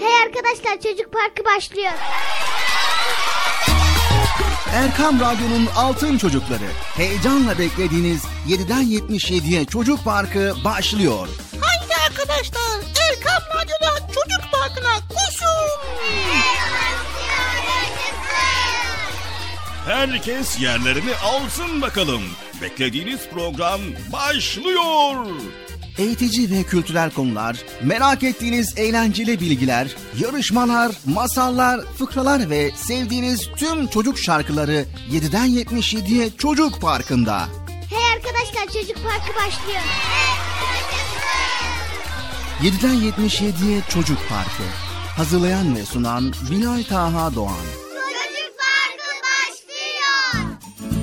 Hey arkadaşlar, Çocuk Parkı başlıyor. Erkam Radyo'nun Altın Çocukları. Heyecanla beklediğiniz 7'den 77'ye Çocuk Parkı başlıyor. Haydi arkadaşlar, Erkam Radyo'da Çocuk Parkı'na koşun. Herkes yerlerini alsın bakalım. Beklediğiniz program başlıyor. Eğitici ve kültürel konular, merak ettiğiniz eğlenceli bilgiler, yarışmalar, masallar, fıkralar ve sevdiğiniz tüm çocuk şarkıları 7'den 77'ye Çocuk Parkı'nda. Hey arkadaşlar, Çocuk Parkı başlıyor. 7'den 77'ye Çocuk Parkı. Hazırlayan ve sunan Bilal Taha Doğan. Çocuk Parkı başlıyor.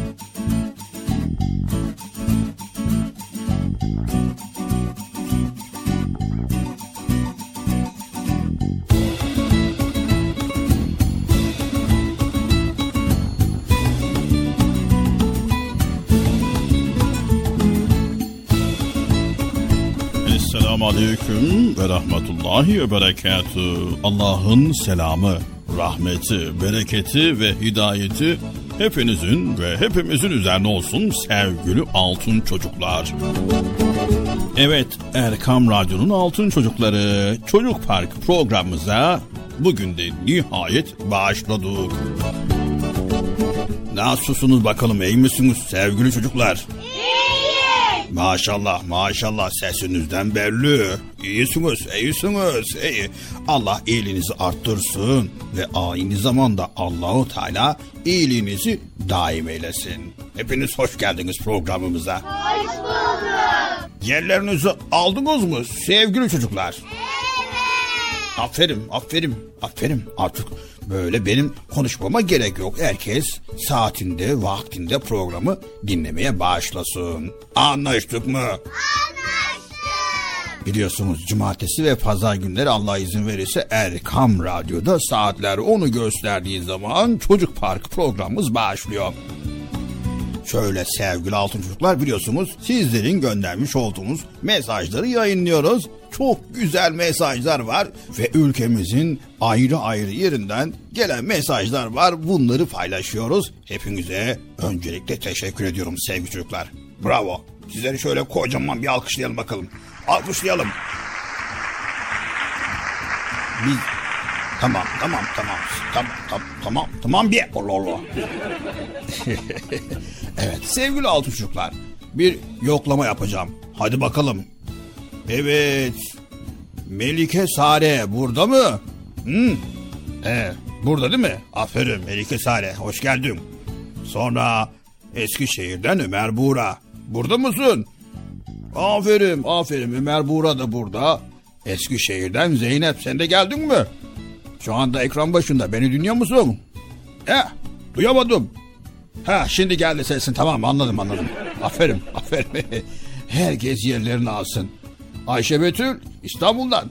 Esselamu Aleyküm ve Rahmetullahi ve Berekatühü. Allah'ın selamı, rahmeti, bereketi ve hidayeti hepinizin ve hepimizin üzerine olsun sevgili altın çocuklar. Evet, Erkam Radyo'nun altın çocukları Çocuk Park programımıza bugün de nihayet başladık. Nasılsınız bakalım, iyi misiniz sevgili çocuklar? Maşallah maşallah, sesinizden belli. İyisiniz, iyi. Allah iyiliğinizi arttırsın ve aynı zamanda Allahu Teala iyiliğinizi daim eylesin. Hepiniz hoş geldiniz programımıza. Hoş bulduk. Yerlerinizi aldınız mı sevgili çocuklar? Evet. Aferin. Artık böyle benim konuşmama gerek yok. Herkes saatinde, vaktinde programı dinlemeye başlasın. Anlaştık mı? Anlaştık. Biliyorsunuz cumartesi ve pazar günleri Allah izin verirse Erkam Radyo'da saatler onu gösterdiği zaman Çocuk Park programımız başlıyor. Şöyle sevgili altın çocuklar, biliyorsunuz sizlerin göndermiş olduğunuz mesajları yayınlıyoruz. Çok güzel mesajlar var ve ülkemizin ayrı ayrı yerinden gelen mesajlar var. Bunları paylaşıyoruz. Hepinize öncelikle teşekkür ediyorum sevgili çocuklar. Bravo. Sizleri şöyle kocaman bir alkışlayalım bakalım. Alkışlayalım. Biz... Tamam bir. Allah. Evet sevgili altın çocuklar, bir yoklama yapacağım. Hadi bakalım. Evet. Melike Sare burada mı? Burada değil mi? Aferin Melike Sare, hoş geldin. Sonra Eskişehir'den Ömer Buğra. Burada mısın? Aferin Ömer Buğra da burada. Eskişehir'den Zeynep, sen de geldin mi? Şu anda ekran başında, beni dinliyor musun? Duyamadım. Şimdi geldi sesin, tamam anladım. Aferin. Herkes yerlerini alsın. Ayşe Betül İstanbul'dan.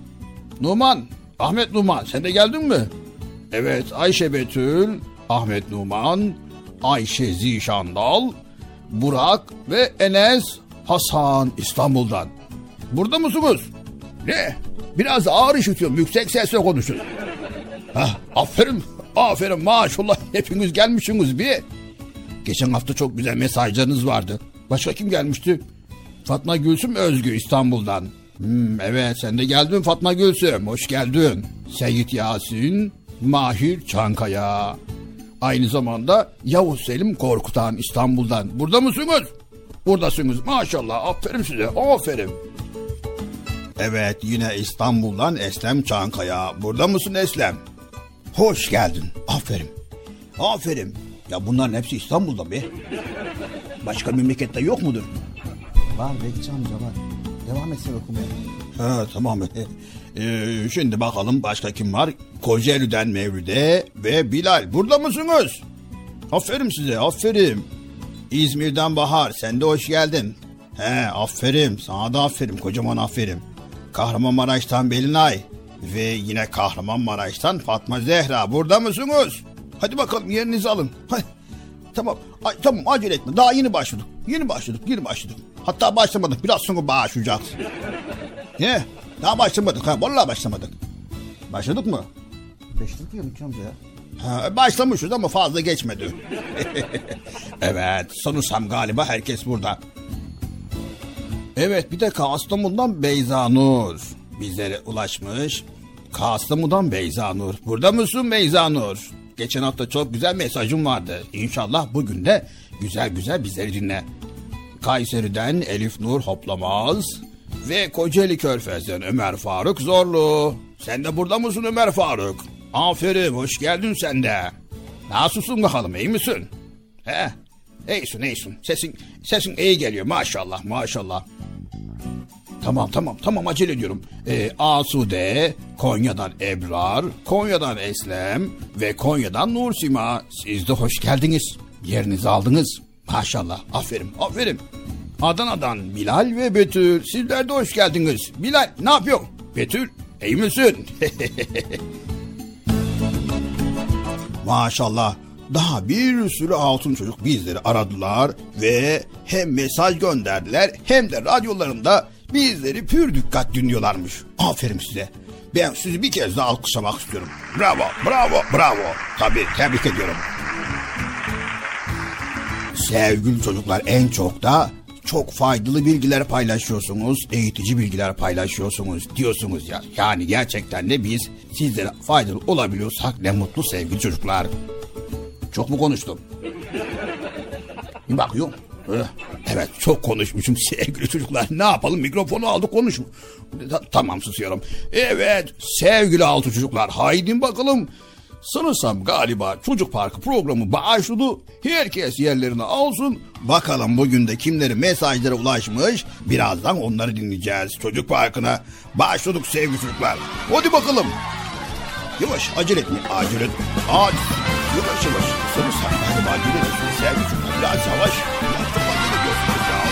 Ahmet Numan, sen de geldin mi? Evet, Ayşe Betül, Ahmet Numan, Ayşe Zişandal, Burak ve Enes Hasan İstanbul'dan. Burada mısınız? Ne? Biraz ağır işitiyorum, yüksek sesle konuşun. Aferin maşallah, hepiniz gelmişsiniz bir. Geçen hafta çok güzel mesajlarınız vardı. Başka kim gelmişti? Fatma Gülsüm Özgü İstanbul'dan. Evet, sen de geldin Fatma Gülsüm, hoş geldin. Seyit Yasin, Mahir Çankaya. Aynı zamanda Yavuz Selim Korkutan İstanbul'dan. Burada mısınız? Buradasınız maşallah, aferin size, aferin. Evet, yine İstanbul'dan Eslem Çankaya. Burada mısın Eslem? Hoş geldin, aferin. Ya bunların hepsi İstanbul'da be. Başka memlekette yok mudur? Var Bekçi amca var. Devam etsin okumaya. Tamam. Şimdi bakalım başka kim var? Kocaeli'den Mevlüde ve Bilal. Burada mısınız? Aferin size, aferin. İzmir'den Bahar, sen de hoş geldin. Aferin, sana da aferin, kocaman aferin. Kahramanmaraş'tan Belinay ve yine Kahramanmaraş'tan Fatma Zehra. Burada mısınız? Hadi bakalım, yerinizi alın. Hadi. Tamam acele etme, daha yeni başladık. Hatta başlamadık, biraz sonra başlayacağız. Daha başlamadık, vallahi başlamadık. Başladık mı? Beşlik diye mükemmel ya. Ha, başlamışız ama fazla geçmedi. Evet, sanırsam galiba herkes burada. Evet, bir de Kastamonu'dan Beyza Nur bizlere ulaşmış. Kastamonu'dan Beyza Nur. Burada mısın Beyza Nur? Geçen hafta çok güzel mesajım vardı. İnşallah bugün de güzel güzel bizleri dinle. Kayseri'den Elif Nur Hoplamaz ve Kocaeli Körfez'den Ömer Faruk Zorlu. Sen de burada mısın Ömer Faruk? Aferin, hoş geldin sen de. Nasılsın bakalım, iyi misin? He? İyisin. Sesin iyi geliyor maşallah maşallah. Tamam acele ediyorum. Asude, Konya'dan Ebrar, Konya'dan Eslem ve Konya'dan Nursima. Siz de hoş geldiniz. Yerinizi aldınız. Maşallah, aferin. Adana'dan Bilal ve Betül. Sizler de hoş geldiniz. Bilal, ne yapıyorsun? Betül, iyi misin? Maşallah. Daha bir sürü altın çocuk bizleri aradılar ve hem mesaj gönderdiler hem de radyolarında bizleri pür dikkat dinliyorlarmış. Aferin size. Ben sizi bir kez daha alkışlamak istiyorum. Bravo. Tabii, tebrik ediyorum. Sevgili çocuklar, en çok da çok faydalı bilgiler paylaşıyorsunuz, eğitici bilgiler paylaşıyorsunuz diyorsunuz ya. Yani gerçekten de biz sizlere faydalı olabiliyorsak ne mutlu sevgili çocuklar. Çok mu konuştum? Bir bakıyorum. Evet, çok konuşmuşum sevgili çocuklar. Ne yapalım, mikrofonu aldık konuşma. Tamam, susuyorum. Evet sevgili altı çocuklar, haydi bakalım. Sanırsam galiba Çocuk Parkı programı başladı. Herkes yerlerini alsın. Bakalım bugün de kimlerin mesajlara ulaşmış. Birazdan onları dinleyeceğiz. Çocuk Parkı'na başladık sevgili çocuklar. Hadi bakalım. Yavaş, acele etme. Yavaş. Sanırsam galiba acele etme sevgili çocuklar. Biraz yavaş. Biraz çok acele ediyorsunuz ya.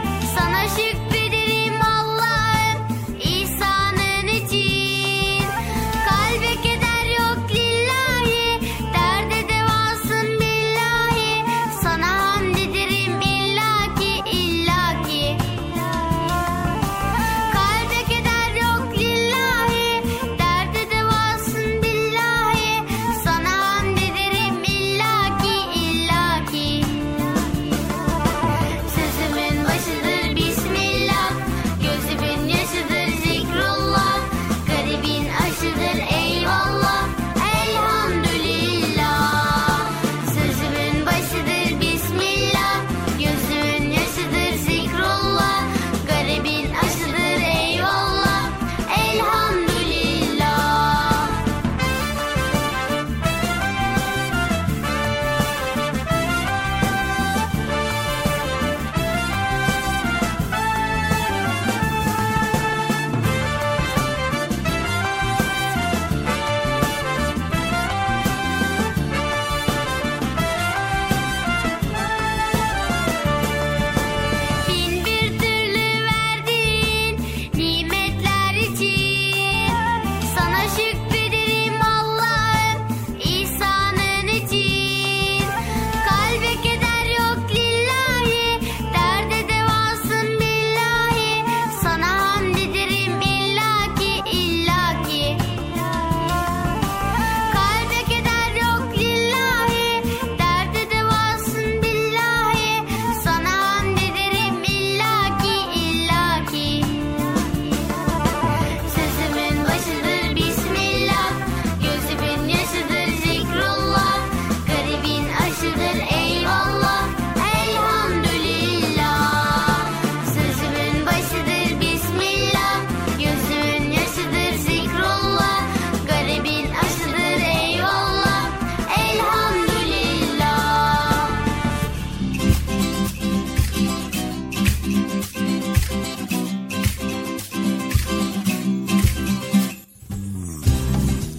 Sana şükrederim Allah'ım ihsanın için.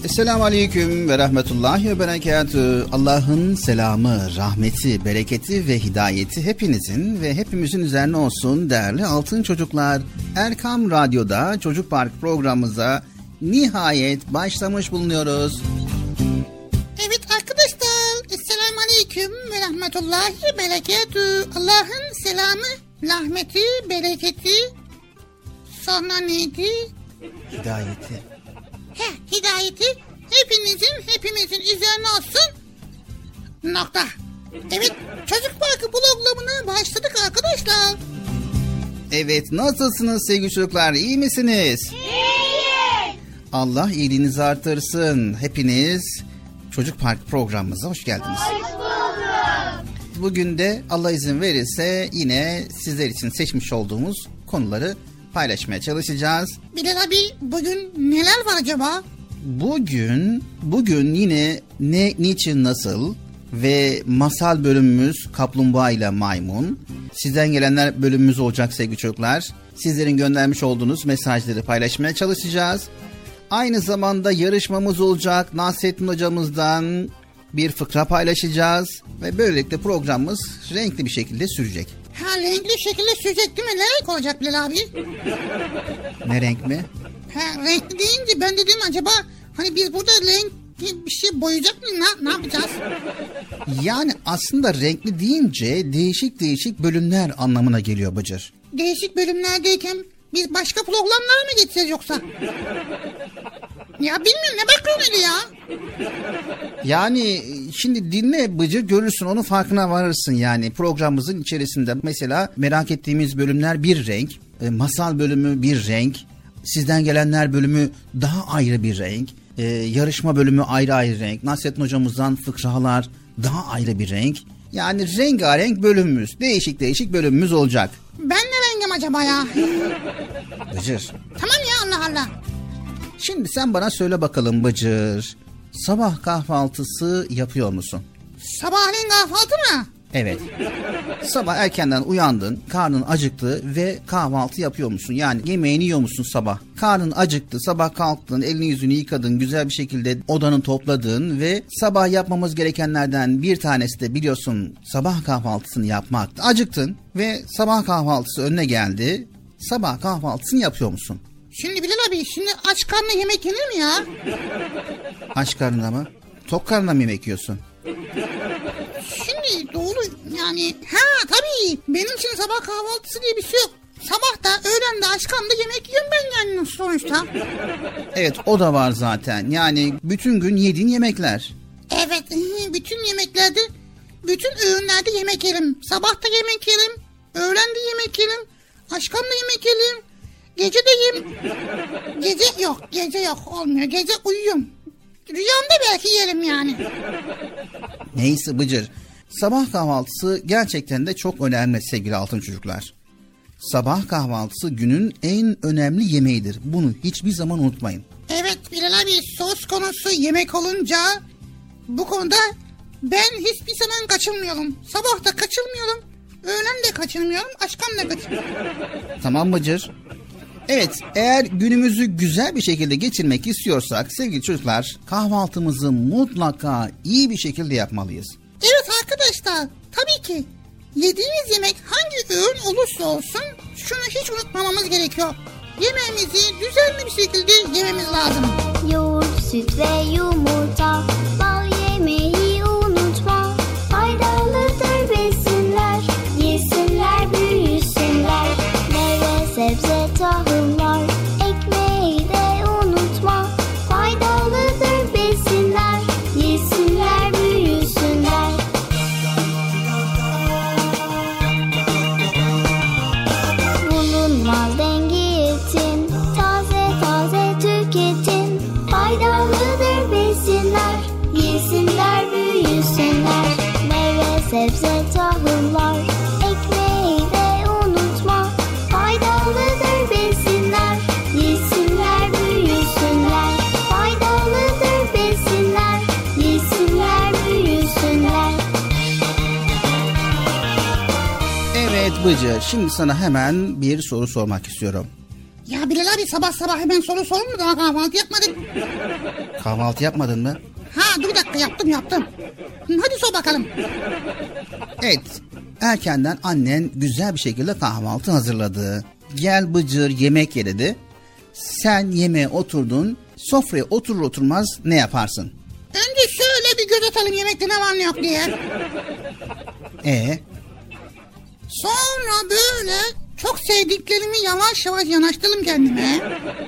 Esselamu Aleyküm ve Rahmetullahi ve Berekatü. Allah'ın selamı, rahmeti, bereketi ve hidayeti hepinizin ve hepimizin üzerine olsun değerli altın çocuklar. Erkam Radyo'da Çocuk Park programımıza nihayet başlamış bulunuyoruz. Evet arkadaşlar, Esselamu Aleyküm ve Rahmetullahi ve Berekatü. Allah'ın selamı, rahmeti, bereketi, sonra neydi? Hidayeti. Hidayeti hepimizin üzerine olsun. Nokta. Evet, Çocuk Parkı bloglamına başladık arkadaşlar. Evet, nasılsınız sevgili çocuklar, iyi misiniz? İyiyiz. Allah iyiliğinizi artırsın. Hepiniz Çocuk Park programımıza hoş geldiniz. Hoş bulduk. Bugün de Allah izin verirse yine sizler için seçmiş olduğumuz konuları paylaşmaya çalışacağız. Bilal abi, bugün neler var acaba? Bugün yine ne, niçin, nasıl ve masal bölümümüz Kaplumbağa ile Maymun. Sizden gelenler bölümümüz olacak sevgili çocuklar. Sizlerin göndermiş olduğunuz mesajları paylaşmaya çalışacağız. Aynı zamanda yarışmamız olacak. Nasrettin hocamızdan bir fıkra paylaşacağız. Ve böylelikle programımız renkli bir şekilde sürecek. Renkli şekilde sürecek değil mi? Ne renk olacak Bilal abi? Ne renk mi? Renkli deyince ben dedim acaba hani biz burada renk bir şey boyayacak mıyız? Ne yapacağız? Yani aslında renkli deyince değişik bölümler anlamına geliyor Bıcır. Değişik bölümlerdeyken biz başka programlara mı geçeceğiz yoksa? Ya bilmiyorum, ne bakıyorsun öyle ya? Yani şimdi dinle Bıcır, görürsün, onun farkına varırsın yani. Programımızın içerisinde mesela merak ettiğimiz bölümler bir renk, masal bölümü bir renk, sizden gelenler bölümü daha ayrı bir renk, yarışma bölümü ayrı renk, Nasrettin hocamızdan fıkralar daha ayrı bir renk. Yani rengarenk bölümümüz, değişik bölümümüz olacak. Ben ne rengim acaba ya? Bıcır. Tamam ya, Allah Allah. Şimdi sen bana söyle bakalım Bıcır. Sabah kahvaltısı yapıyor musun? Sabahleyin kahvaltı mı? Evet. Sabah erkenden uyandın, karnın acıktı ve kahvaltı yapıyor musun? Yani yemeğini yiyor musun sabah? Karnın acıktı, sabah kalktın, elini yüzünü yıkadın, güzel bir şekilde odanı topladın ve sabah yapmamız gerekenlerden bir tanesi de biliyorsun sabah kahvaltısını yapmak. Acıktın ve sabah kahvaltısı önüne geldi. Sabah kahvaltısını yapıyor musun? Şimdi Bilal abi, şimdi aç karnına yemek yenir mi ya? Aç karnına mı? Tok karnına mı yemek yiyorsun? Şimdi doğru yani, tabii benim için sabah kahvaltısı diye bir şey yok. Sabah da öğlen de aç karnında yemek yiyorum ben yani sonuçta. Evet, o da var zaten. Yani bütün gün yediğin yemekler. Evet, bütün yemeklerde, bütün öğünlerde yemek yerim. Sabah da yemek yerim, öğlen de yemek yerim, akşam da yemek yerim, gece de yerim. Gece yok olmuyor, gece uyuyorum. Rüyamda belki yerim yani. Neyse Bıcır, sabah kahvaltısı gerçekten de çok önemli sevgili altın çocuklar. Sabah kahvaltısı günün en önemli yemeğidir. Bunu hiçbir zaman unutmayın. Evet Bilal abi, söz konusu yemek olunca bu konuda ben hiçbir zaman kaçırmıyorum. Sabah da kaçırmıyorum, öğlen de kaçırmıyorum, akşam da kaçırmıyorum. Tamam Bıcır? Evet, eğer günümüzü güzel bir şekilde geçirmek istiyorsak sevgili çocuklar, kahvaltımızı mutlaka iyi bir şekilde yapmalıyız. Evet arkadaşlar, tabii ki yediğimiz yemek hangi öğün olursa olsun şunu hiç unutmamamız gerekiyor. Yemeğimizi düzenli bir şekilde yememiz lazım. Yoğurt, süt ve yumurta, bal yemeyi unutma. Faydalıdır besinler, yesinler büyüsünler. Meyve, sebze, tahıllar, ekmeği de unutma. Faydalıdır besinler, yesinler büyüsünler. Bulunmaz dengi etin, taze taze tüketin. Faydalıdır besinler, yesinler büyüsünler. Meyve, sebze, tahıllar, ekmeği de unutma. Faydalıdır besinler, yesinler büyüsünler. Faydalıdır besinler, yesinler büyüsünler. Evet Bıcır, şimdi sana hemen bir soru sormak istiyorum. Ya Bilal abi sabah sabah hemen soru sorun mu? Daha kahvaltı yapmadık. Kahvaltı yapmadın mı? Ha dur bir dakika yaptım. Hadi sor bakalım. Evet. Erkenden annen güzel bir şekilde kahvaltı hazırladı. Gel Bıcır yemek ye dedi. Sen yemeğe oturdun. Sofraya oturur oturmaz ne yaparsın? Önce şöyle bir göz atalım yemekte ne var ne yok diye. Sonra böyle çok sevdiklerimi yavaş yavaş yanaştırdım kendime.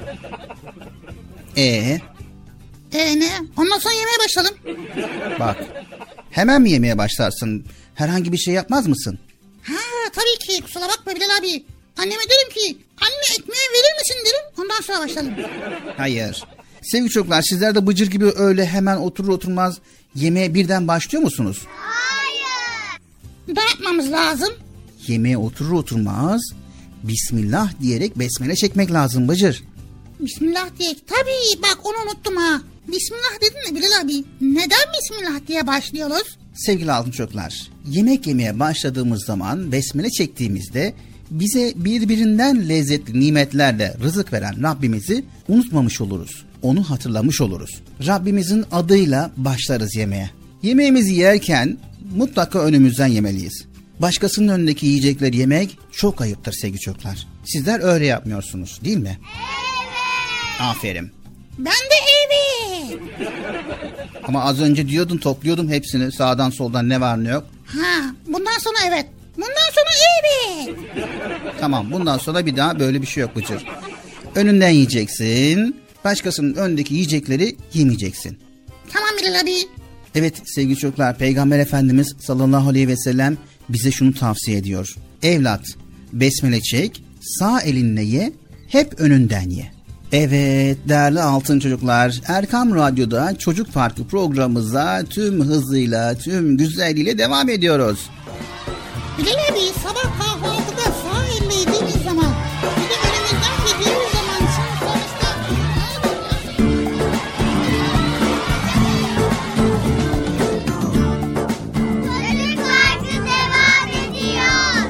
Ne? Ondan sonra yemeye başladım. Bak. Hemen mi yemeye başlarsın? Herhangi bir şey yapmaz mısın? Ha tabii ki kusura bakma Bilal abi. Anneme derim ki anne ekmeği verir misin derim. Ondan sonra başladım. Hayır. Sevgili çocuklar sizler de Bıcır gibi öyle hemen oturur oturmaz yemeğe birden başlıyor musunuz? Hayır. Ne yapmamız lazım? Yemeğe oturur oturmaz Bismillah diyerek besmele çekmek lazım Bıcır. Bismillah diye. Tabii bak onu unuttum ha. Bismillah dedin mi Bilal abi? Neden Bismillah diye başlıyoruz? Sevgili altın çocuklar, yemek yemeye başladığımız zaman besmele çektiğimizde bize birbirinden lezzetli nimetlerle rızık veren Rabbimizi unutmamış oluruz. Onu hatırlamış oluruz. Rabbimizin adıyla başlarız yemeğe. Yemeğimizi yerken mutlaka önümüzden yemeliyiz. Başkasının önündeki yiyecekleri yemek çok ayıptır sevgili çocuklar. Sizler öyle yapmıyorsunuz değil mi? Evet. Aferin. Ben de evet. Ama az önce diyordun topluyordum hepsini sağdan soldan ne var ne yok. Ha bundan sonra evet. Bundan sonra evet. Tamam bundan sonra bir daha böyle bir şey yok Bıcır. Önünden yiyeceksin. Başkasının önündeki yiyecekleri yemeyeceksin. Tamam Bilal abi. Evet sevgili çocuklar Peygamber Efendimiz sallallahu aleyhi ve sellem bize şunu tavsiye ediyor. Evlat besmele çek, sağ elinle ye, hep önünden ye. Evet değerli altın çocuklar Erkam Radyo'da Çocuk Parkı programımıza tüm hızıyla tüm güzelliğiyle devam ediyoruz. Bilal abi sabah kahvaltıda sağ elle yediğimiz zaman bir de önümüzden yediğimiz zaman sonuçta Çocuk Parkı devam ediyor.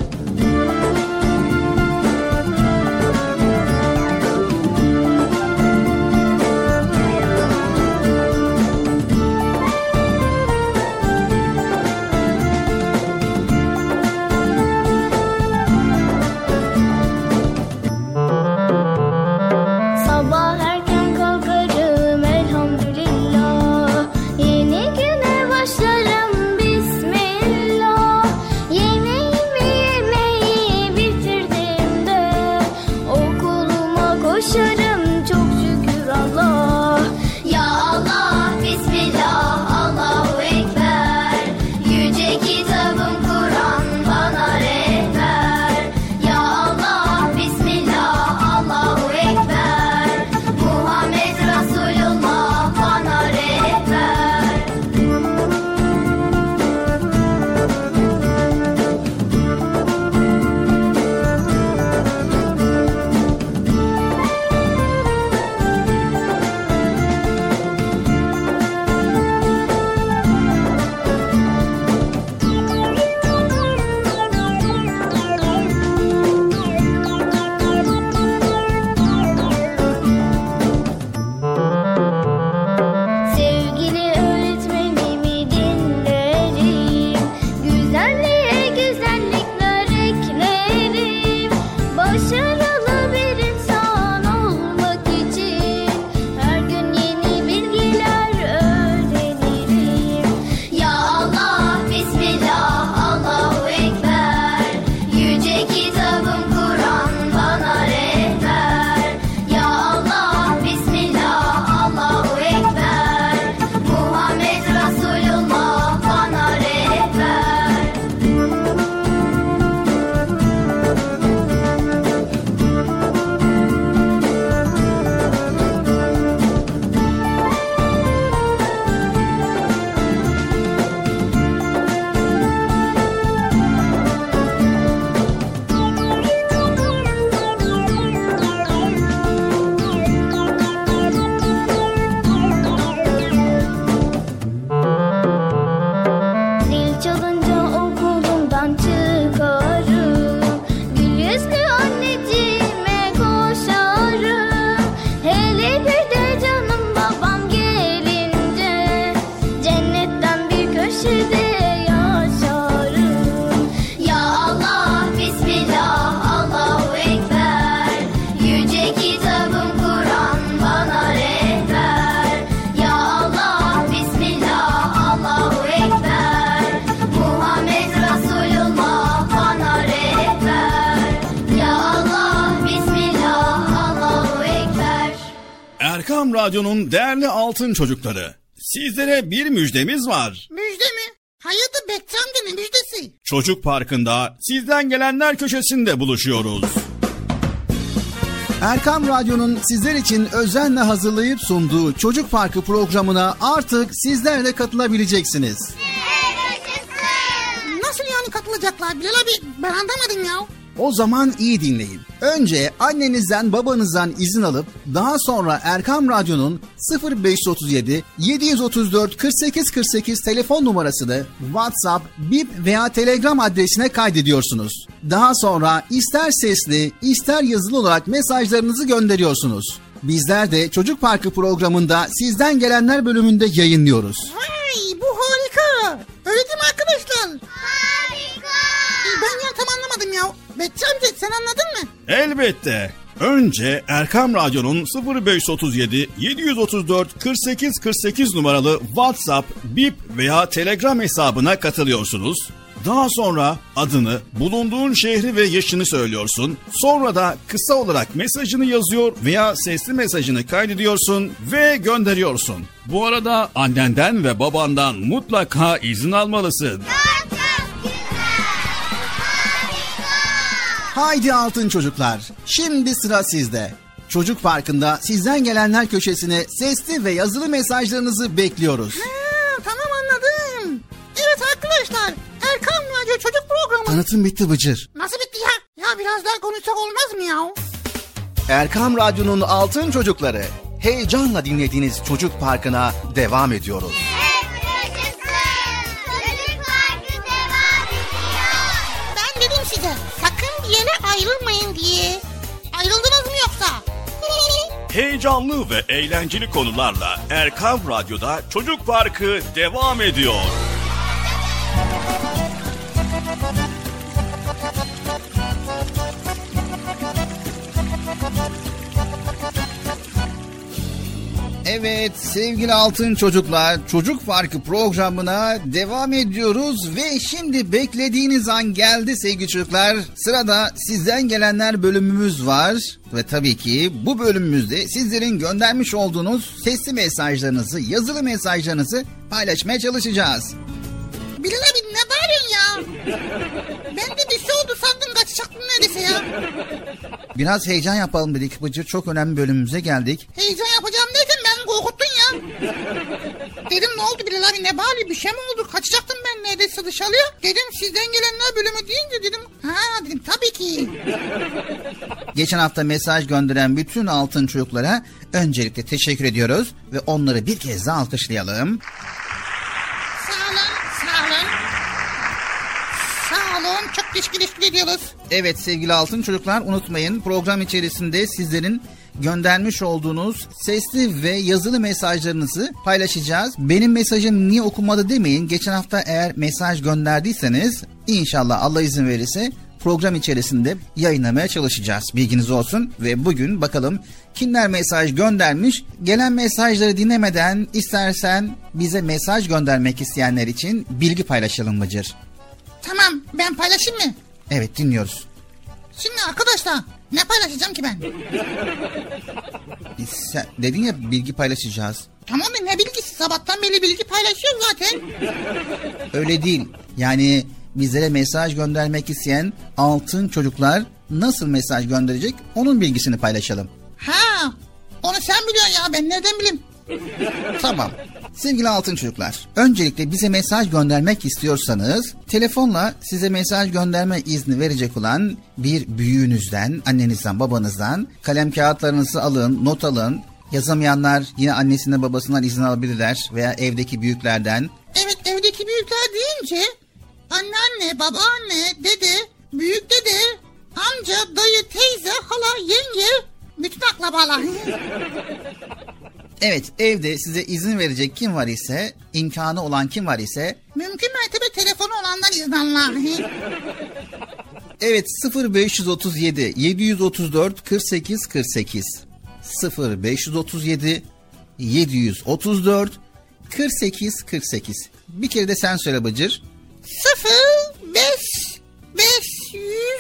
Erkam Radyo'nun değerli altın çocukları, sizlere bir müjdemiz var. Müjde mi? Hayırdır Bekçi amca, ne müjdesi? Çocuk Parkı'nda sizden gelenler köşesinde buluşuyoruz. Erkam Radyo'nun sizler için özenle hazırlayıp sunduğu Çocuk Parkı programına artık sizler de katılabileceksiniz. Nasıl yani katılacaklar Bilal abi? Ben anlamadım ya. O zaman iyi dinleyin. Önce annenizden babanızdan izin alıp daha sonra Erkam Radyo'nun 0537 734 48 48 telefon numarasını WhatsApp, Bip veya Telegram adresine kaydediyorsunuz. Daha sonra ister sesli ister yazılı olarak mesajlarınızı gönderiyorsunuz. Bizler de Çocuk Parkı programında sizden gelenler bölümünde yayınlıyoruz. Vay, bu harika. Öyle değil mi arkadaşlar? Harika. Ben ya tam anlamadım ya. Bekçi amca sen anladın mı? Elbette. Önce Erkam Radyo'nun 0537 734 48 48 numaralı WhatsApp, Bip veya Telegram hesabına katılıyorsunuz. Daha sonra adını, bulunduğun şehri ve yaşını söylüyorsun. Sonra da kısa olarak mesajını yazıyor veya sesli mesajını kaydediyorsun ve gönderiyorsun. Bu arada annenden ve babandan mutlaka izin almalısın. Haydi altın çocuklar, şimdi sıra sizde. Çocuk Parkı'nda sizden gelenler köşesine sesli ve yazılı mesajlarınızı bekliyoruz. Tamam anladım. Evet arkadaşlar, Erkam Radyo Çocuk Programı. Tanıtım bitti Bıcır. Nasıl bitti ya? Ya biraz daha konuşsak olmaz mı ya? Erkam Radyo'nun altın çocukları, heyecanla dinlediğiniz Çocuk Parkı'na devam ediyoruz. Çocuk Parkı devam ediyor. Ben dedim size, sakın bir yere ayrılmayın diye. Ayrıldınız mı yoksa? Heyecanlı ve eğlenceli konularla Erkam Radyo'da Çocuk Parkı devam ediyor. Evet sevgili altın çocuklar, Çocuk Parkı programına devam ediyoruz ve şimdi beklediğiniz an geldi sevgili çocuklar. Sırada sizden gelenler bölümümüz var ve tabii ki bu bölümümüzde sizlerin göndermiş olduğunuz sesli mesajlarınızı, yazılı mesajlarınızı paylaşmaya çalışacağız. Bilal abi ne bağırıyorsun ya? Ben de bir şey oldu sandım, kaçacaktım neredeyse ya. Biraz heyecan yapalım dedik Bıcır, çok önemli bölümümüze geldik. Heyecan yapacağım derken beni korkuttun ya. Dedim ne oldu Bilal abi, ne bağırıyor, bir şey mi oldu? Kaçacaktım ben neredeyse dışarıya. Dedim sizden gelenler bölümü deyince dedim. Ha dedim tabii ki. Geçen hafta mesaj gönderen bütün altın çocuklara öncelikle teşekkür ediyoruz ve onları bir kez daha alkışlayalım. Sağ olun, sağ olun. Sağ olun, çok teşekkür ediyoruz. Evet sevgili altın çocuklar, unutmayın program içerisinde sizlerin göndermiş olduğunuz sesli ve yazılı mesajlarınızı paylaşacağız. Benim mesajım niye okunmadı demeyin. Geçen hafta eğer mesaj gönderdiyseniz inşallah Allah izin verirse program içerisinde yayınlamaya çalışacağız. Bilginiz olsun ve bugün bakalım kimler mesaj göndermiş. Gelen mesajları dinlemeden istersen bize mesaj göndermek isteyenler için bilgi paylaşalım Bıcır. Tamam, ben paylaşayım mı? Evet, dinliyoruz. Şimdi arkadaşlar ne paylaşacağım ki ben? Sen dedin ya bilgi paylaşacağız. Tamam da ne bilgisi, sabahtan beri bilgi paylaşıyoruz zaten. Öyle değil. Yani bizlere mesaj göndermek isteyen altın çocuklar nasıl mesaj gönderecek, onun bilgisini paylaşalım. Ha, onu sen biliyorsun ya, ben nereden bileyim? Tamam. Sevgili altın çocuklar, öncelikle bize mesaj göndermek istiyorsanız telefonla size mesaj gönderme izni verecek olan bir büyüğünüzden, annenizden, babanızdan kalem kağıtlarınızı alın, not alın. Yazamayanlar yine annesinden babasından izin alabilirler veya evdeki büyüklerden. Evet, evdeki büyükler deyince anneanne, babaanne, dede, büyük dede, amca, dayı, teyze, hala, yenge, bütün akrabalar. Evet, evde size izin verecek kim var ise, imkanı olan kim var ise Mümkün mertebe telefonu olanlar izin alırlar. evet 0537 734 48 48 0537 734 48 48. Bir kere de sen söyle Bıcır.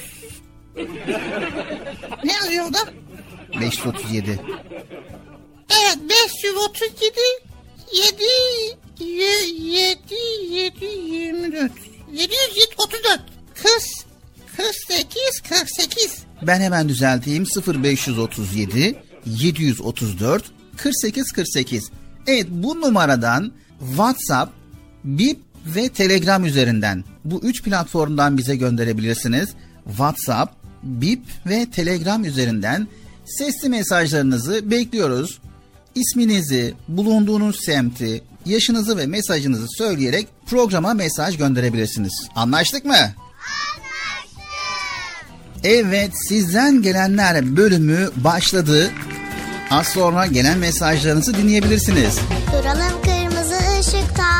500 ne yazıyor orada? 537. Evet 537 7 24 734 48. Ben hemen düzelteyim. 0537 734 48. Evet, bu numaradan WhatsApp, Bip ve Telegram üzerinden, bu 3 platformdan bize gönderebilirsiniz. WhatsApp, Bip ve Telegram üzerinden sesli mesajlarınızı bekliyoruz. İsminizi, bulunduğunuz semti, yaşınızı ve mesajınızı söyleyerek programa mesaj gönderebilirsiniz. Anlaştık mı? Anlaştık. Evet, sizden gelenler bölümü başladı. Az sonra gelen mesajlarınızı dinleyebilirsiniz. Duralım kırmızı ışıkta,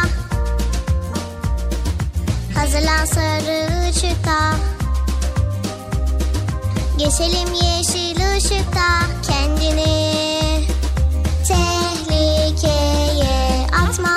hazırlan sarı ışıkta, geçelim yeşil ışıkta, kendini tehlikeye atma.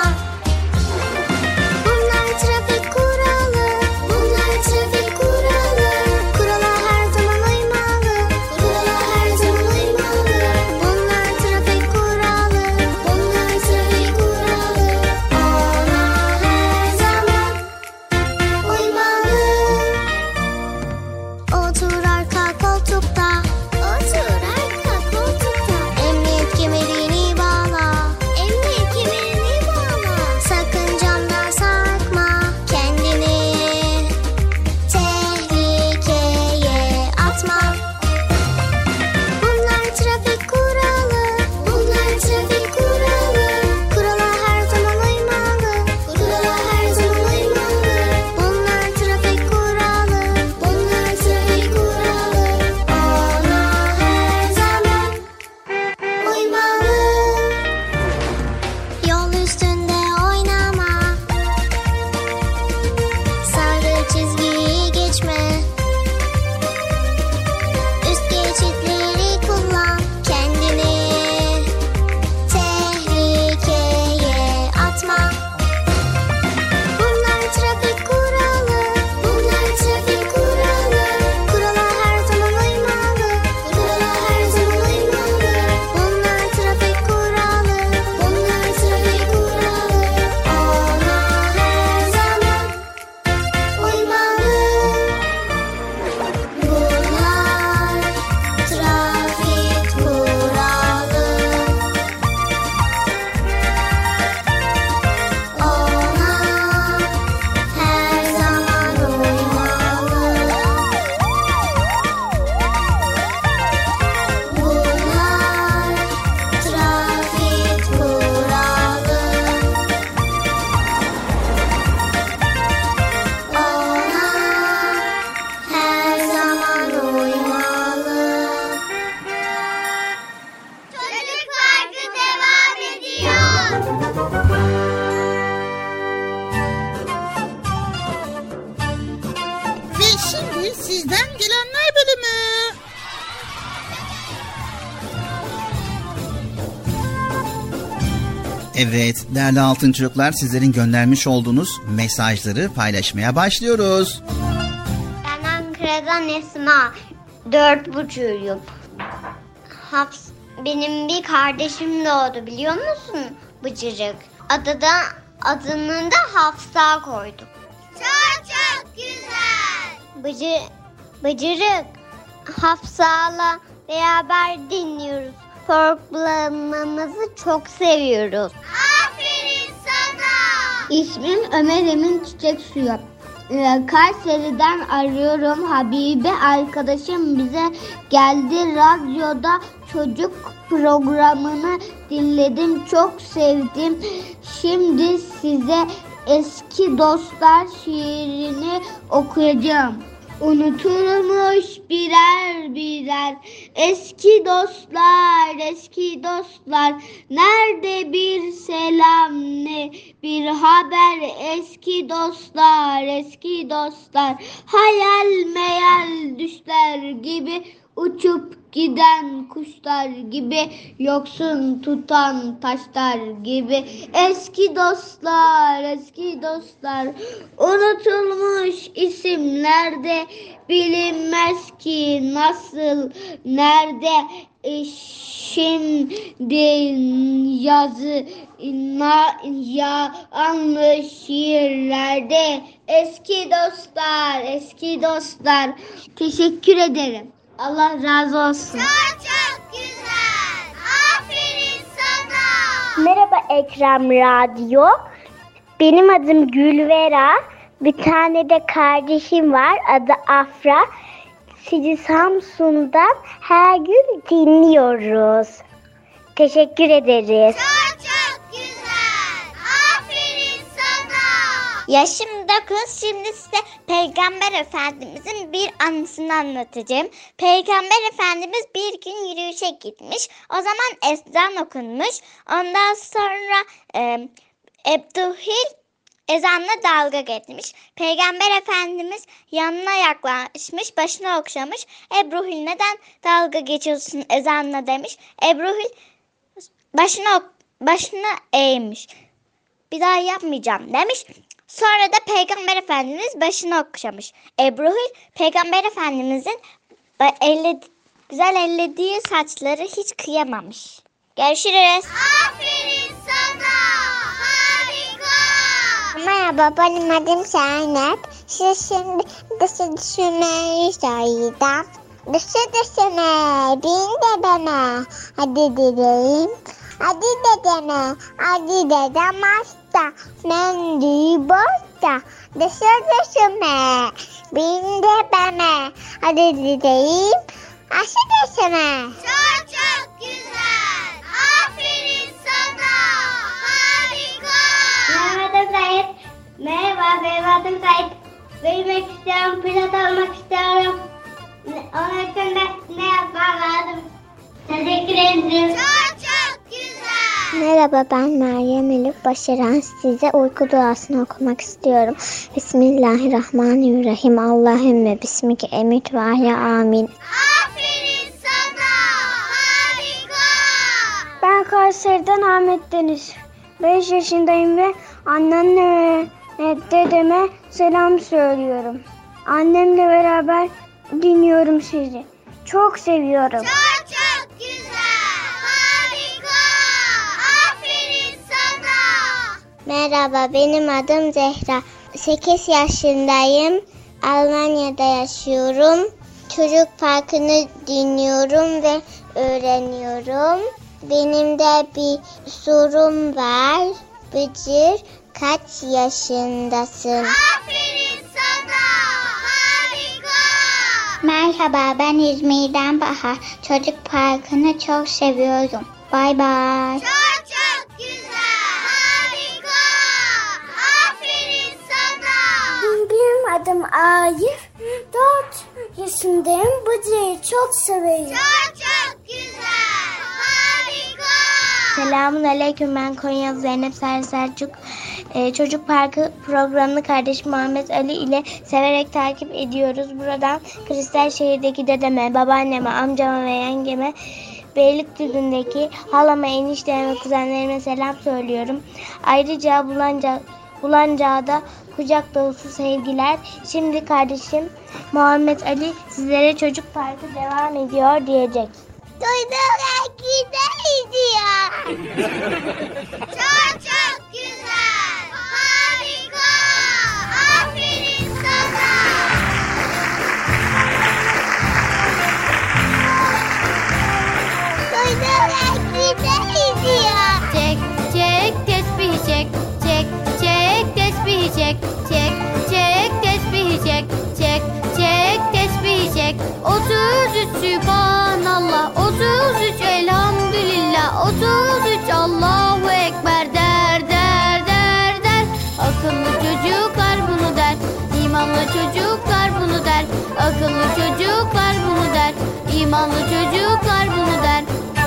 Bunlar trafik kuralı, bunlar trafik kuralı. Kurala her zaman uymalı, kurala her zaman uymalı. Bunlar trafik kuralı, bunlar trafik kuralı. Ona her zaman uymalı. Otur arka koltukta, otur arka koltukta. Emniyet kemerini bağla, emniyet kemerini bağla. Sakın camdan sarkma, kendini tehlikeye atma. Bunlar trafik kuralı, bunlar trafik kuralı. Kurala her zaman uymalı, kurala her zaman uymalı. Bunlar trafik kuralı, bunlar trafik kuralı. Ona her zaman uymalı. Yol üstünde oynama, sarı çizgiyi geçme. Üst geçitleri kullan, kendini tehlikeye atma. Bunlar trafik kuralı, bunlar trafik kuralı. Kurala her zaman uymalı, kurala her zaman uymalı. Bunlar trafik kuralı, bunlar trafik kuralı. Ona her zaman uymalı. Bunlar trafik kuralı. Ona her zaman uymalı. Bunlar trafik kuralı. Ona her zaman uymalı. Çocuk Parkı devam ediyor. Ve şimdi sizden gelenler bölümü. Evet, değerli altın çocuklar, sizlerin göndermiş olduğunuz mesajları paylaşmaya başlıyoruz. Ben Ankara'dan Esma. 4,5'luyum. Benim bir kardeşim doğdu, biliyor musun Bıcırık? Adını da Hafsa koyduk. Çok güzel. Bıcırık, Hafsa'la beraber dinliyoruz. Programımızı çok seviyoruz. Aferin sana. İsmim Ömer Emin Çiçek Suyu. Kayseri'den arıyorum. Habibe arkadaşım bize geldi. Radyoda çocuk programını dinledim. Çok sevdim. Şimdi size Eski Dostlar şiirini okuyacağım. Unutulmuş birer birer eski dostlar, nerede bir selam ne bir haber, eski dostlar, hayal meyal düşler gibi, uçup giden kuşlar gibi, yoksun tutan taşlar gibi, eski dostlar, unutulmuş isimlerde, bilinmez ki nasıl, nerede, Şimdi yazılmış şiirlerde eski dostlar. Teşekkür ederim. Allah razı olsun. Çok güzel. Aferin sana. Merhaba Ekrem Radyo. Benim adım Gülvera. Bir tane de kardeşim var. Adı Afra. Sizi Samsun'dan her gün dinliyoruz. Teşekkür ederiz. Çok güzel. Aferin sana. Yaşım 9. Şimdi size Peygamber Efendimizin bir anısını anlatacağım. Peygamber Efendimiz bir gün yürüyüşe gitmiş. O zaman ezan okunmuş. Ondan sonra Ebduhil ezanla dalga geçmiş. Peygamber Efendimiz yanına yaklaşmış, başını okşamış. Ebruhil neden dalga geçiyorsun ezanla demiş. Ebruhil başını eğmiş. Bir daha yapmayacağım demiş. Sonra da Peygamber Efendimiz başını okşamış. Ebruhil Peygamber Efendimizin güzel ellediği saçları hiç kıyamamış. Görüşürüz. Aferin sana. Harika. Merhaba, benim adım Zeynep. Size şimdi düşünmeyi söyleyeceğim. Düşünme, bin de bana. Hadi dedeyim. Hadi dedeme, hadi dedem hasta. Mendi bosta. Düşünme, bin de bana. Hadi dedeyim. Düşünme. Çok güzel. Aferin sana. Harika. Merhaba, benim adım Sait. Büyümek istiyorum, pilot olmak istiyorum. Onun için de ne yapmam lazım? Teşekkür ederim. Çok güzel. Merhaba, ben Meryem Elif Başaran. Size uyku duasını okumak istiyorum. Bismillahirrahmanirrahim. Allahümme bismike emit ve ahya, amin. Aferin sana. Harika. Ben Kayseri'den Ahmet Deniz. 5 yaşındayım ve annemle ve dedeme selam söylüyorum. Annemle beraber dinliyorum sizi. Çok seviyorum. Çok güzel. Harika. Aferin sana. Merhaba, benim adım Zehra. 8 yaşındayım. Almanya'da yaşıyorum. Çocuk parkını dinliyorum ve öğreniyorum. Benim de bir sorum var. Bıcır, kaç yaşındasın? Aferin sana. Harika. Merhaba, ben İzmir'den Bahar. Çocuk parkını çok seviyorum. Bay bay. Çok güzel. Harika. Aferin sana. Benim adım Arif. 4 yaşındayım. Bıcır'ı çok seviyorum. Çok güzel. Harika. Selamun aleyküm, ben Konyalı Zeynep Selçuk. Çocuk Parkı programını kardeşim Muhammed Ali ile severek takip ediyoruz. Buradan Kristalşehir'deki dedeme, babaanneme, amcama ve yengeme, Beylikdüzü'ndeki halama, enişteme ve kuzenlerime selam söylüyorum. Ayrıca Bulanca'da kucak dolusu sevgiler. Şimdi kardeşim Muhammed Ali sizlere Çocuk Parkı devam ediyor diyecek. Duyduğuna gidiyor. Çok güzel. Harika. Aferin sana. Duyduğuna gidiyor. Çek çek tesbih çek, çek çek tesbih çek, çek çek tesbih çek, çek çek tesbih çek. 33 Sübhanallah, 33 Elhamdülillah, 33 Allahu Ekber der der der der. Akıllı çocuklar bunu der, imanlı çocuklar bunu der. Akıllı çocuklar bunu der, imanlı çocuklar bunu der.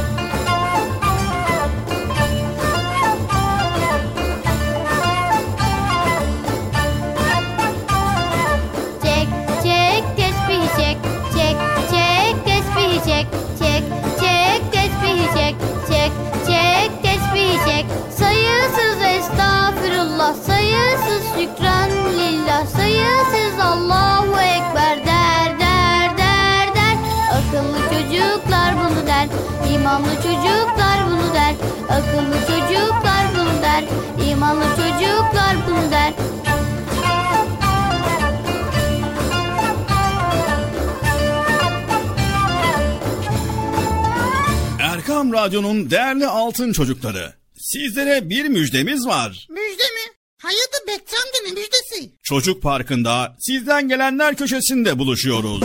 Çek çek tesbih çek, çek çek tesbih çek, çek çek tesbih çek, çek çek tesbih çek. Sayısız estağfirullah, sayısız şükran lillah, sayısız Allahu Ekber der der der der. Akıllı çocuk İmanlı çocuklar bunu der. Akıllı çocuklar bunu der. İmanlı çocuklar bunu der. Erkam Radyo'nun değerli altın çocukları, sizlere bir müjdemiz var. Müjde mi? Hayırdır Bekçi amca, ne müjdesi? Çocuk Parkı'nda sizden gelenler köşesinde buluşuyoruz.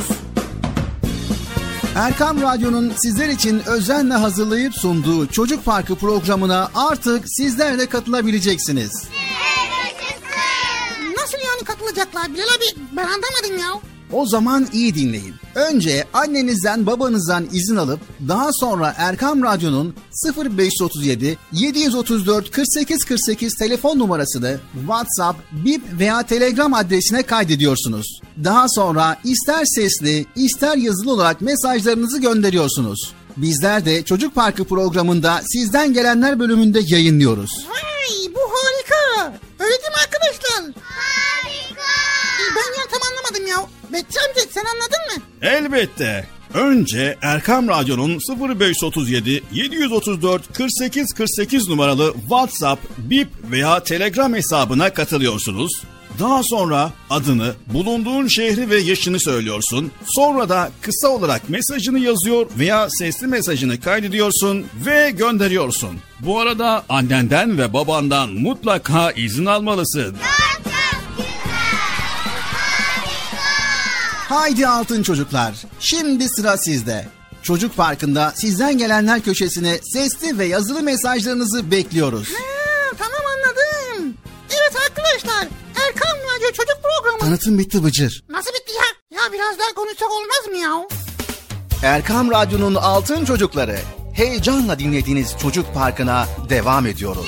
Erkam Radyo'nun sizler için özenle hazırlayıp sunduğu Çocuk Parkı programına artık sizler de katılabileceksiniz. Nasıl yani katılacaklar Bilal abi? Ben anlamadım ya. O zaman iyi dinleyin. Önce annenizden babanızdan izin alıp daha sonra Erkam Radyo'nun 0537 734 48 48 telefon numarasını WhatsApp, Bip veya Telegram adresine kaydediyorsunuz. Daha sonra ister sesli ister yazılı olarak mesajlarınızı gönderiyorsunuz. Bizler de Çocuk Parkı programında sizden gelenler bölümünde yayınlıyoruz. Vay, bu harika. Öyle değil mi arkadaşlar? Harika. Ben ya tam anlamadım ya. Bekçi amca sen anladın mı? Elbette. Önce Erkam Radyo'nun 0537 734 48 48 numaralı WhatsApp, Bip veya Telegram hesabına katılıyorsunuz. Daha sonra adını, bulunduğun şehri ve yaşını söylüyorsun. Sonra da kısa olarak mesajını yazıyor veya sesli mesajını kaydediyorsun ve gönderiyorsun. Bu arada annenden ve babandan mutlaka izin almalısın. Haydi altın çocuklar, şimdi sıra sizde. Çocuk Parkı'nda sizden gelenler köşesine sesli ve yazılı mesajlarınızı bekliyoruz. Tamam anladım. Evet arkadaşlar, Erkam Radyo Çocuk Programı. Tanıtım bitti Bıcır. Nasıl bitti ya? Ya biraz daha konuşsak olmaz mı ya? Erkam Radyo'nun altın çocukları, heyecanla dinlediğiniz Çocuk Parkı'na devam ediyoruz.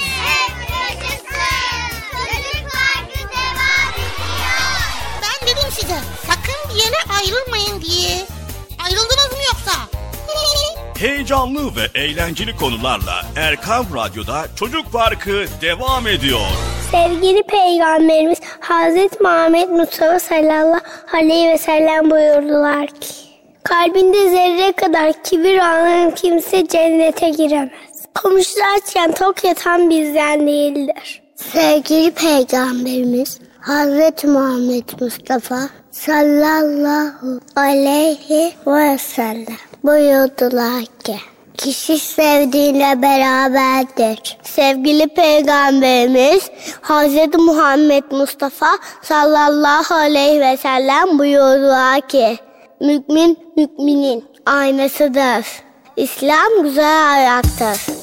Çocuk Parkı devam ediyor. Ben dedim size, sakın bir yere ayrılmayın diye. Ayrıldınız mı yoksa? Heyecanlı ve eğlenceli konularla Erkam Radyo'da Çocuk Parkı devam ediyor. Sevgili Peygamberimiz Hazreti Muhammed Mustafa sallallahu aleyhi ve sellem buyurdular ki, kalbinde zerre kadar kibir olan kimse cennete giremez. Komşusu açken tok yatan bizden değildir. Sevgili Peygamberimiz Hazreti Muhammed Mustafa sallallahu aleyhi ve sellem buyurdular ki, kişi sevdiğiyle beraberdir. Sevgili Peygamberimiz Hazreti Muhammed Mustafa sallallahu aleyhi ve sellem buyurdular ki, mümin müminin aynasıdır. İslam güzel ayaktır.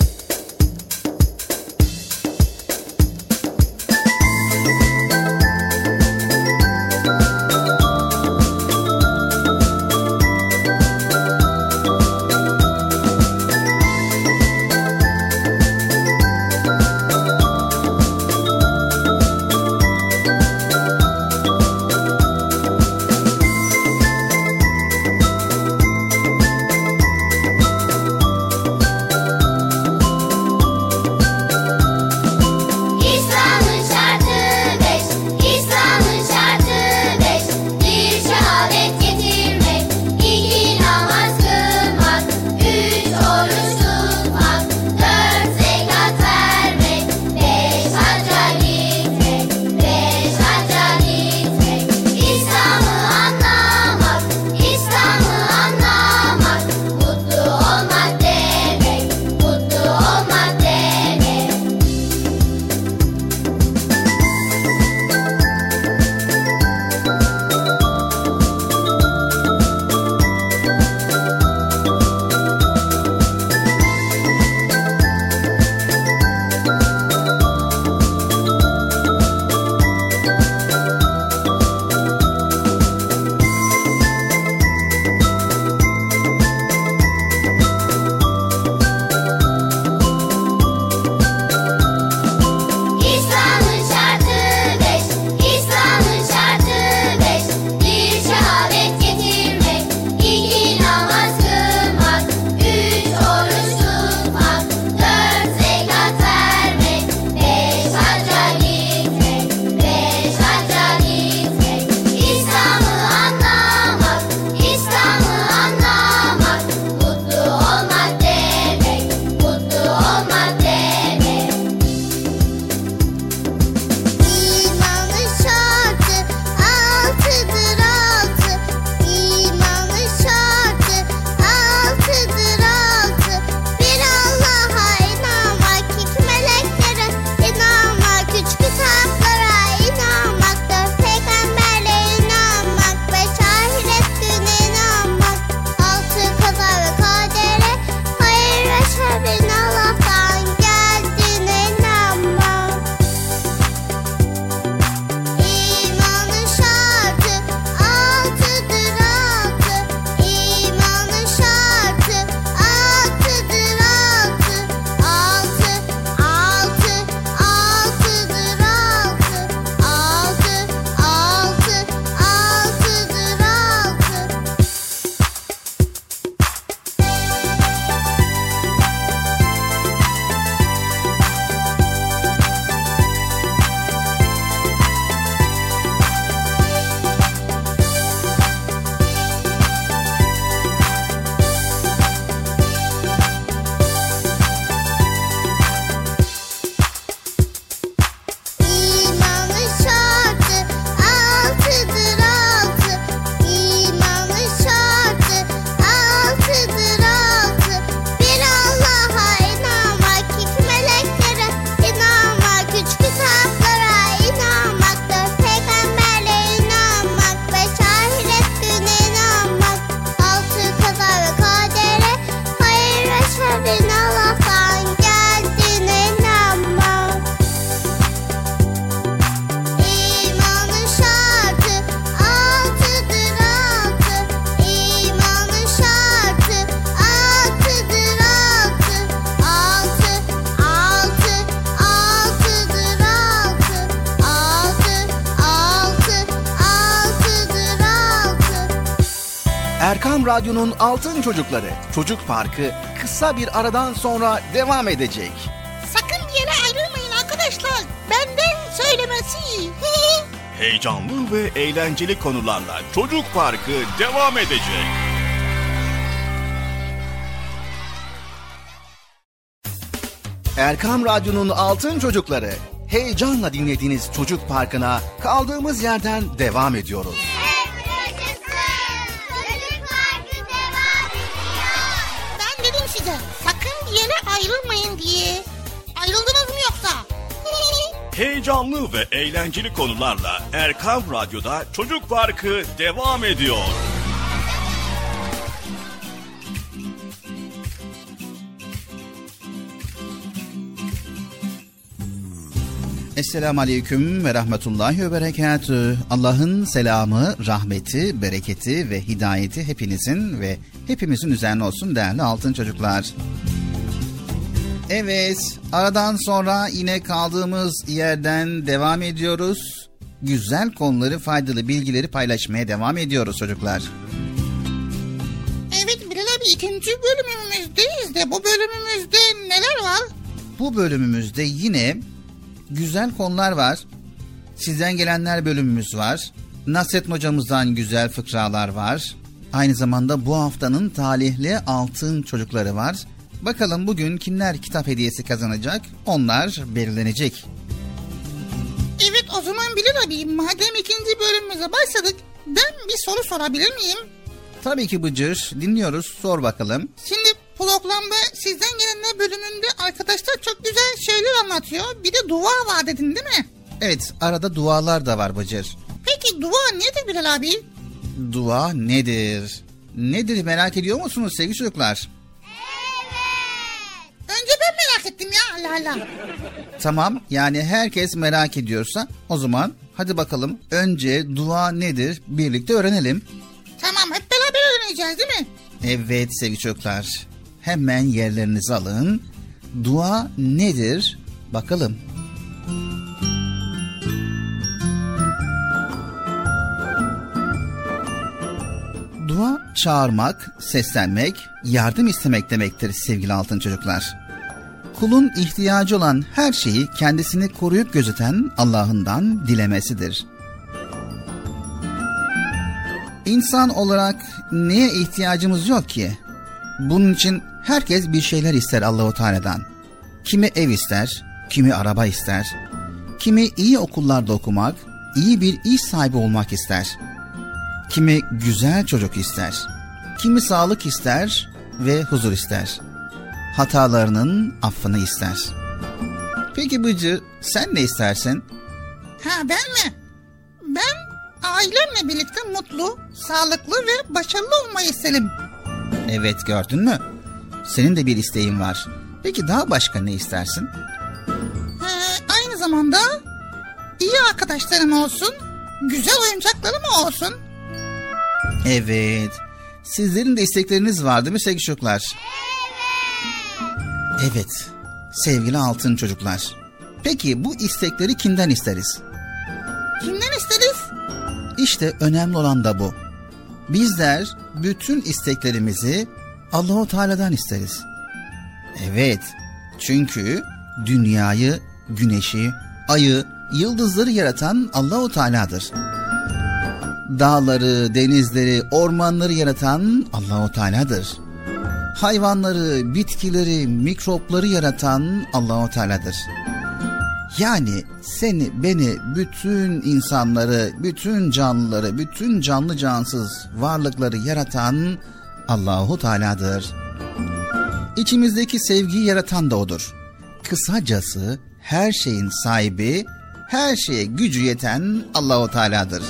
Erkam Radyo'nun Altın Çocukları Çocuk Parkı kısa bir aradan sonra devam edecek. Sakın bir yere ayrılmayın arkadaşlar. Benden söylemesi. Heyecanlı ve eğlenceli konularla Çocuk Parkı devam edecek. Erkam Radyo'nun Altın Çocukları, heyecanla dinlediğiniz Çocuk Parkı'na kaldığımız yerden devam ediyoruz. Çocuk Parkı devam ediyor. Ben dedim size sakın bir yere ayrılmayın diye. Ayrıldınız mı yoksa? Heyecanlı ve eğlenceli konularla Erkam Radyo'da Çocuk Parkı devam ediyor. Esselamu Aleyküm ve Rahmetullahi ve Berekatüh. Allah'ın selamı, rahmeti, bereketi ve hidayeti hepinizin ve hepimizin üzerine olsun değerli altın çocuklar. Evet, aradan sonra yine kaldığımız yerden devam ediyoruz. Güzel konuları, faydalı bilgileri paylaşmaya devam ediyoruz çocuklar. Evet Bilal abi, ikinci bölümümüzdeyiz de bu bölümümüzde neler var? Bu bölümümüzde yine güzel konular var. Sizden gelenler bölümümüz var. Nasrettin hocamızdan güzel fıkralar var. Aynı zamanda bu haftanın talihli altın çocukları var. Bakalım bugün kimler kitap hediyesi kazanacak? Onlar belirlenecek. Evet, o zaman Bilal abi, madem ikinci bölümümüze başladık, ben bir soru sorabilir miyim? Tabii ki Bıcır, dinliyoruz, sor bakalım. Şimdi programda sizden gelenler bölümünde arkadaşlar çok güzel şeyler anlatıyor. Bir de dua var dedin değil mi? Evet, arada dualar da var Bıcır. Peki dua nedir Bilal abi? Dua nedir? Nedir merak ediyor musunuz sevgili çocuklar? Önce ben merak ettim ya, Allah Allah. Tamam, yani herkes merak ediyorsa o zaman hadi bakalım önce dua nedir birlikte öğrenelim. Tamam, hep beraber öğreneceğiz değil mi? Evet sevgili çocuklar, hemen yerlerinizi alın. Dua nedir bakalım. Dua çağırmak, seslenmek, yardım istemek demektir sevgili altın çocuklar. Kulun ihtiyacı olan her şeyi kendisini koruyup gözeten Allah'ından dilemesidir. İnsan olarak neye ihtiyacımız yok ki? Bunun için herkes bir şeyler ister Allahu Teala'dan. Kimi ev ister, kimi araba ister. Kimi iyi okullarda okumak, iyi bir iş sahibi olmak ister. Kimi güzel çocuk ister. Kimi sağlık ister ve huzur ister. Hatalarının affını ister. Peki Bıcı, sen ne istersin? Ha, ben mi? Ben ailemle birlikte mutlu, sağlıklı ve başarılı olmayı isterim. Evet, gördün mü? Senin de bir isteğin var. Peki daha başka ne istersin? Aynı zamanda iyi arkadaşlarım olsun, güzel oyuncaklarım olsun. Evet. Sizlerin de istekleriniz var değil mi sevgili çocuklar? Evet. Sevgili altın çocuklar. Peki bu istekleri kimden isteriz? Kimden isteriz? İşte önemli olan da bu. Bizler bütün isteklerimizi Allahu Teala'dan isteriz. Evet. Çünkü dünyayı, güneşi, ayı, yıldızları yaratan Allahu Teala'dır. Dağları, denizleri, ormanları yaratan Allahu Teala'dır. Hayvanları, bitkileri, mikropları yaratan Allahu Teala'dır. Yani seni, beni, bütün insanları, bütün canlıları, bütün canlı cansız varlıkları yaratan Allahu Teala'dır. İçimizdeki sevgiyi yaratan da O'dur. Kısacası her şeyin sahibi, her şeye gücü yeten Allahu Teala'dır.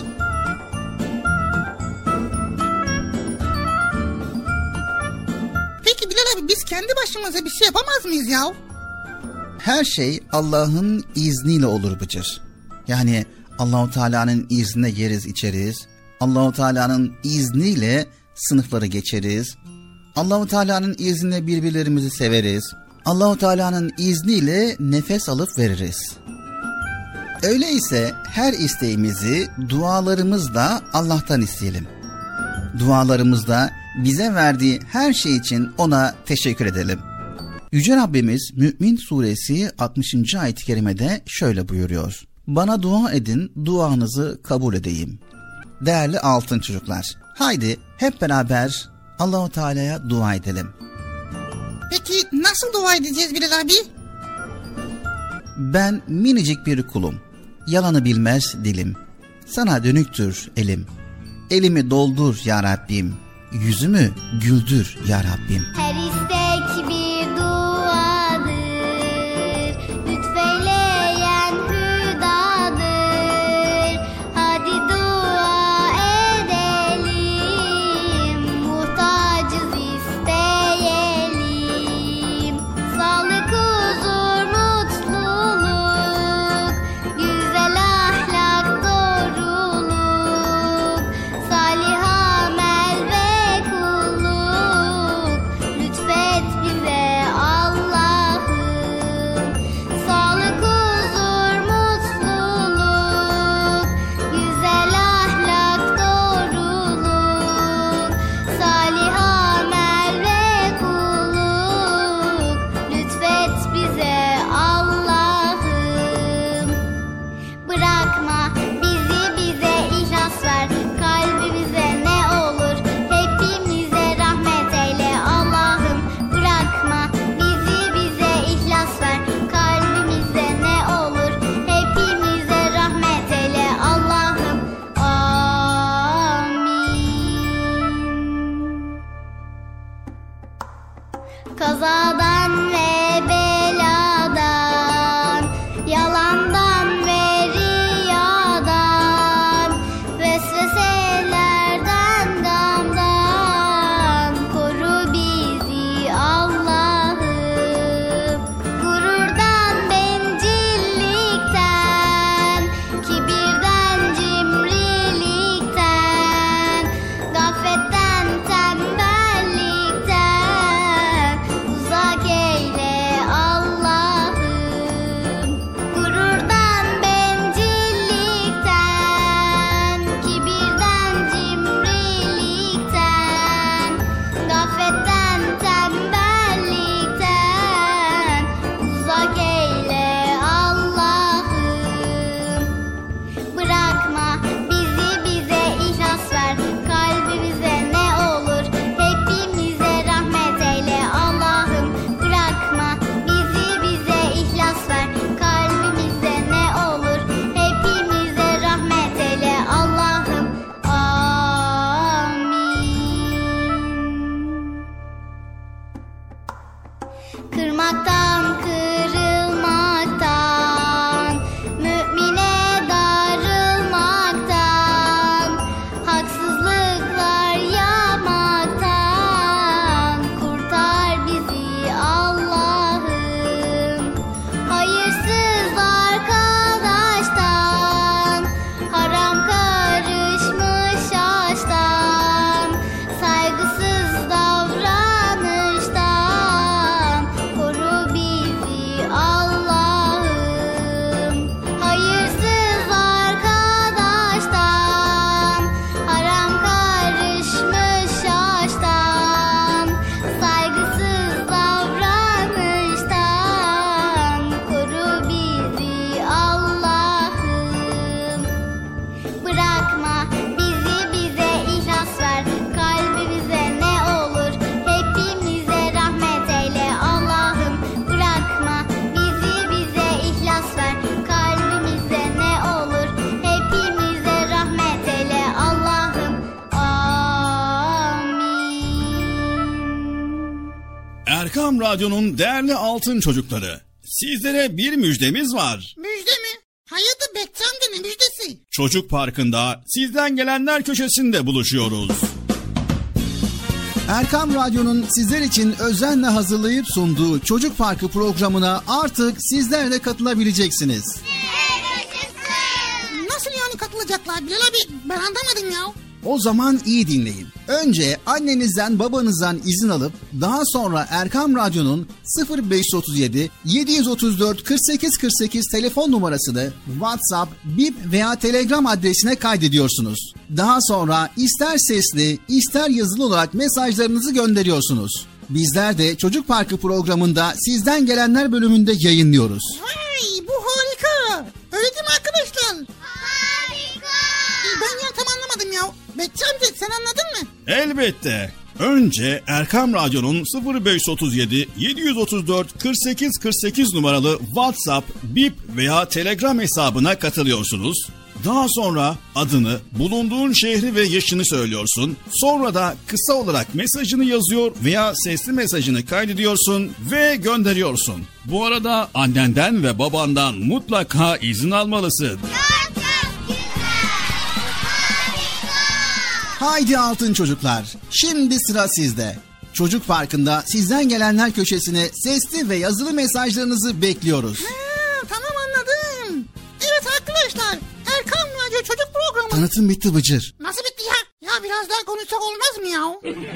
Peki Bilal abi, biz kendi başımıza bir şey yapamaz mıyız ya? Her şey Allah'ın izniyle olur Bıcır. Yani Allahu Teala'nın iznine yeriz içeriz. Allahu Teala'nın izniyle sınıfları geçeriz. Allahu Teala'nın izniyle birbirlerimizi severiz. Allahu Teala'nın izniyle nefes alıp veririz. Öyleyse her isteğimizi dualarımızla Allah'tan isteyelim. Dualarımızda bize verdiği her şey için ona teşekkür edelim. Yüce Rabbimiz Mü'min Suresi 60. ayet-i kerimede şöyle buyuruyor. Bana dua edin, duanızı kabul edeyim. Değerli altın çocuklar, haydi hep beraber Allah-u Teala'ya dua edelim. Peki nasıl dua edeceğiz Bilal abi? Ben minicik bir kulum, yalanı bilmez dilim. Sana dönüktür elim. Elimi doldur ya Rabbim, yüzümü güldür ya Rabbim. Her istek bir duadır, lütfeyleyen hüdadır. Hadi dua edelim, muhtacız isteyelim. Sağlık, huzur, mutluluk, güzel ahlak, doğruluk, salih amel ve kulluk. Lütfet bize Allah'ım. Sağlık, huzur, mutluluk, güzel ahlak, doğruluk, salih amel ve kulluk. Lütfet bize Allah'ım. Bırakma bizi, bize ihlas ver. Kalbimize ne olur hepimize rahmet eyle Allah'ım. Bırakma bizi, bize ihlas ver. Kalbimize ne olur hepimize rahmet eyle Allah'ım. Amin. Kazadan ve beladan, yalandan ve riyadan, vesveselerden, gamdan koru bizi Allah'ım. Gururdan, bencillikten, kibirden, cimrilikten, gafletten, tembellikten uzak eyle Allah'ım. Gururdan, bencillikten, kibirden, cimrilikten, gafletten, tembellikten uzak eyle Allah'ım. Bırakma bizi, bize ihlas ver. Kalbimize ne olur hepimize rahmet eyle Allah'ım. Bırakma bizi, bize ihlas ver. Kalbimize ne olur hepimize rahmet eyle Allah'ım. Amin. Kırmaktan, kırılmaktan, mümine darılmaktan, haksızlıklar yapmaktan kurtar bizi Allah'ım. Hayırsız arkadaştan, haram karışmış aşktan, saygısız davranıştan koru bizi Allah'ım. Hayırsız arkadaştan, haram karışmış aşktan, saygısız davranıştan koru bizi Allah'ım. Bırakma bizi, bize ihlas ver. Kalbimize ne olur hepimize rahmet eyle Allah'ım. Bırakma bizi, bize ihlas ver. Kalbimize ne olur hepimize rahmet eyle Allah'ım. Amin. Erkam Radyo'nun değerli altın çocukları, sizlere bir müjdemiz var. Müjde mi? Hayırdır Bekçi amca, ne müjdesi? Çocuk Parkı'nda sizden gelenler köşesinde buluşuyoruz. Erkam Radyo'nun sizler için özenle hazırlayıp sunduğu Çocuk Parkı programına artık sizler de katılabileceksiniz. Nasıl yani katılacaklar Bilal abi? Ben anlamadım ya. O zaman iyi dinleyin. Önce annenizden babanızdan izin alıp daha sonra Erkam Radyo'nun 0537 734 48 48 telefon numarasını WhatsApp, Bip veya Telegram adresine kaydediyorsunuz. Daha sonra ister sesli ister yazılı olarak mesajlarınızı gönderiyorsunuz. Bizler de Çocuk Parkı programında sizden gelenler bölümünde yayınlıyoruz. Vay, bu harika. Öyle değil mi arkadaşlar? Harika. Ben ya tam anlamadım ya. Bekçi amca sen anladın mı? Elbette. Önce Erkam Radyo'nun 0537 734 48 48 numaralı WhatsApp, Bip veya Telegram hesabına katılıyorsunuz. Daha sonra adını, bulunduğun şehri ve yaşını söylüyorsun. Sonra da kısa olarak mesajını yazıyor veya sesli mesajını kaydediyorsun ve gönderiyorsun. Bu arada annenden ve babandan mutlaka izin almalısın. Çok güzel. Harika. Haydi altın çocuklar, şimdi sıra sizde. Çocuk Parkı'nda sizden gelenler köşesine sesli ve yazılı mesajlarınızı bekliyoruz. Tamam anladım. Evet arkadaşlar, Erkam Radyo Çocuk Programı. Tanıtım bitti Bıcır. Nasıl bitti ya? Ya biraz daha konuşsak olmaz mı ya?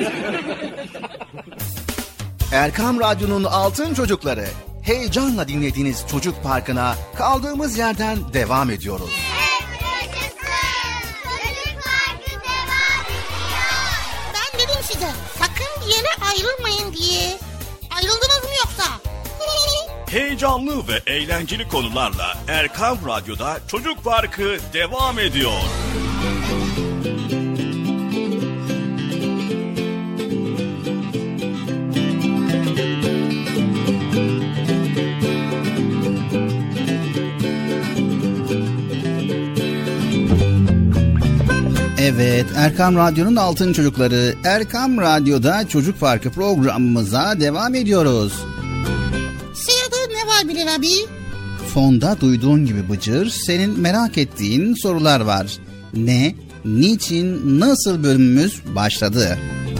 Erkam Radyo'nun altın çocukları. Heyecanla dinlediğiniz Çocuk Parkı'na kaldığımız yerden devam ediyoruz. Çocuk Parkı devam ediyor. Ben dedim size, sakın bir yere ayrılmayın diye. Ayrıldınız mı yoksa? Heyecanlı ve eğlenceli konularla Erkam Radyo'da Çocuk Parkı devam ediyor. Evet, Erkam Radyo'nun altın çocukları. Erkam Radyo'da Çocuk Parkı programımıza devam ediyoruz. Sırada ne var Bilal abi? Fonda duyduğun gibi Bıcır, senin merak ettiğin sorular var. Ne, niçin, nasıl bölümümüz başladı?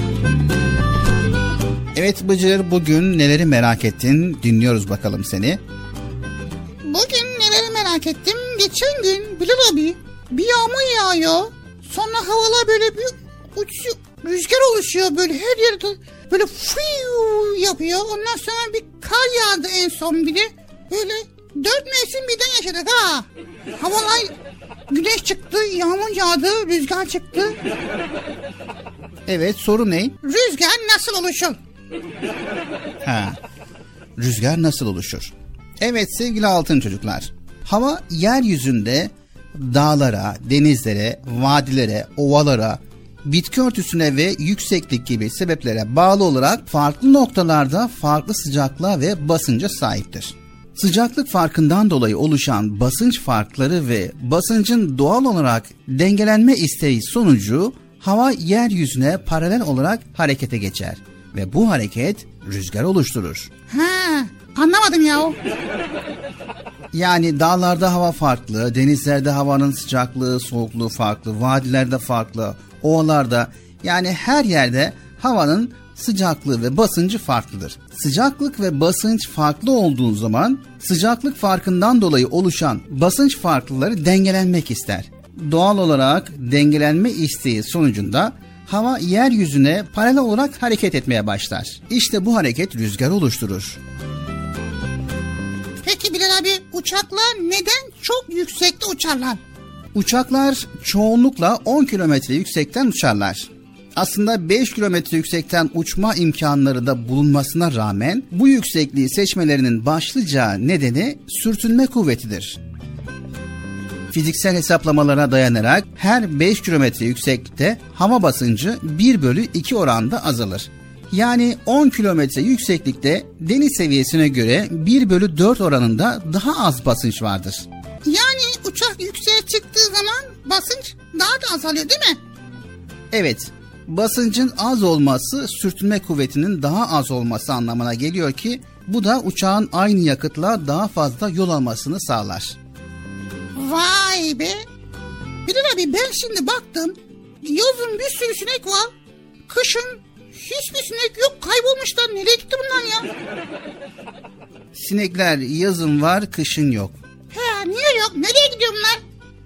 Evet Bıcır, bugün neleri merak ettin? Dinliyoruz bakalım seni. Bugün neleri merak ettim? Geçen gün Bilal abi bir yağmur yağıyor. Sonra havalar böyle bir uçuyor, rüzgar oluşuyor böyle her yerde böyle fiu yapıyor. Ondan sonra bir kar yağdı en son bir de. Böyle 4 mevsim birden yaşadık ha. Havalar, güneş çıktı, yağmur yağdı, rüzgar çıktı. Evet, soru ne? Rüzgar nasıl oluşur? Rüzgar nasıl oluşur? Evet sevgili altın çocuklar. Hava yeryüzünde dağlara, denizlere, vadilere, ovalara, bitki örtüsüne ve yükseklik gibi sebeplere bağlı olarak farklı noktalarda farklı sıcaklığa ve basınca sahiptir. Sıcaklık farkından dolayı oluşan basınç farkları ve basıncın doğal olarak dengelenme isteği sonucu hava yeryüzüne paralel olarak harekete geçer ve bu hareket rüzgar oluşturur. Anlamadım ya. Yani dağlarda hava farklı, denizlerde havanın sıcaklığı, soğukluğu farklı, vadilerde farklı, ovalarda, yani her yerde havanın sıcaklığı ve basıncı farklıdır. Sıcaklık ve basınç farklı olduğu zaman sıcaklık farkından dolayı oluşan basınç farklıları dengelenmek ister. Doğal olarak dengelenme isteği sonucunda hava yeryüzüne paralel olarak hareket etmeye başlar. İşte bu hareket rüzgar oluşturur. Peki Bilal abi, uçaklar neden çok yüksekte uçarlar? Uçaklar çoğunlukla 10 kilometre yüksekten uçarlar. Aslında 5 kilometre yüksekten uçma imkanları da bulunmasına rağmen bu yüksekliği seçmelerinin başlıca nedeni sürtünme kuvvetidir. Fiziksel hesaplamalara dayanarak her 5 kilometre yükseklikte hava basıncı 1/2 oranda azalır. Yani 10 kilometre yükseklikte deniz seviyesine göre 1/4 oranında daha az basınç vardır. Yani uçak yükseğe çıktığı zaman basınç daha da azalıyor değil mi? Evet, basıncın az olması sürtünme kuvvetinin daha az olması anlamına geliyor ki bu da uçağın aynı yakıtla daha fazla yol almasını sağlar. Vay be! Bilal abi, ben şimdi baktım, yazın bir sürü sinek var, kışın hiçbir sinek yok, kaybolmuşlar. Nereye gitti bunlar ya? Sinekler yazın var, kışın yok. He, niye yok? Nereye gidiyor bunlar?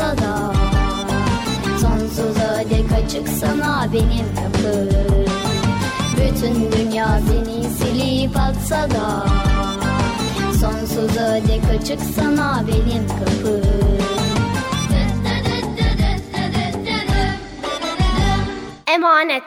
batsa da, sonsuza dek açık sana benim kapım. Bütün dünya seni silip atsa da, sonsuza dek açık sana benim kapım. Emanet.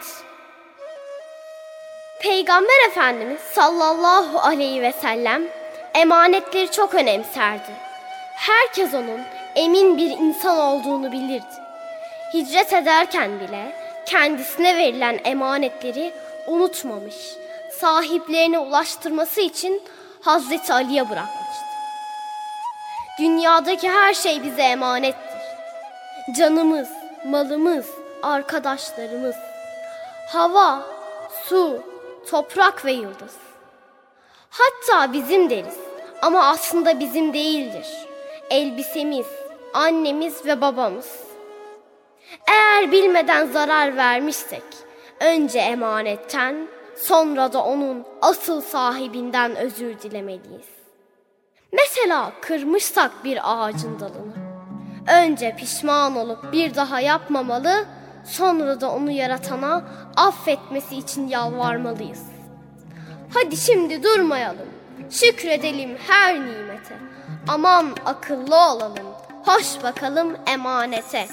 Peygamber Efendimiz sallallahu aleyhi ve sellem emanetleri çok önemserdi. Herkes onun emin bir insan olduğunu bilirdi. Hicret ederken bile kendisine verilen emanetleri unutmamış, sahiplerine ulaştırması için Hazreti Ali'ye bırakmıştı. Dünyadaki her şey bize emanettir. Canımız, malımız, arkadaşlarımız, hava, su, toprak ve yıldız. Hatta bizim deriz ama aslında bizim değildir. Elbisemiz, annemiz ve babamız. Eğer bilmeden zarar vermişsek, önce emanetten, sonra da onun asıl sahibinden özür dilemeliyiz. Mesela kırmışsak bir ağacın dalını, önce pişman olup bir daha yapmamalı, sonra da onu yaratana affetmesi için yalvarmalıyız. Hadi şimdi durmayalım, şükredelim her nimete. Aman akıllı olalım, hoş bakalım emanete.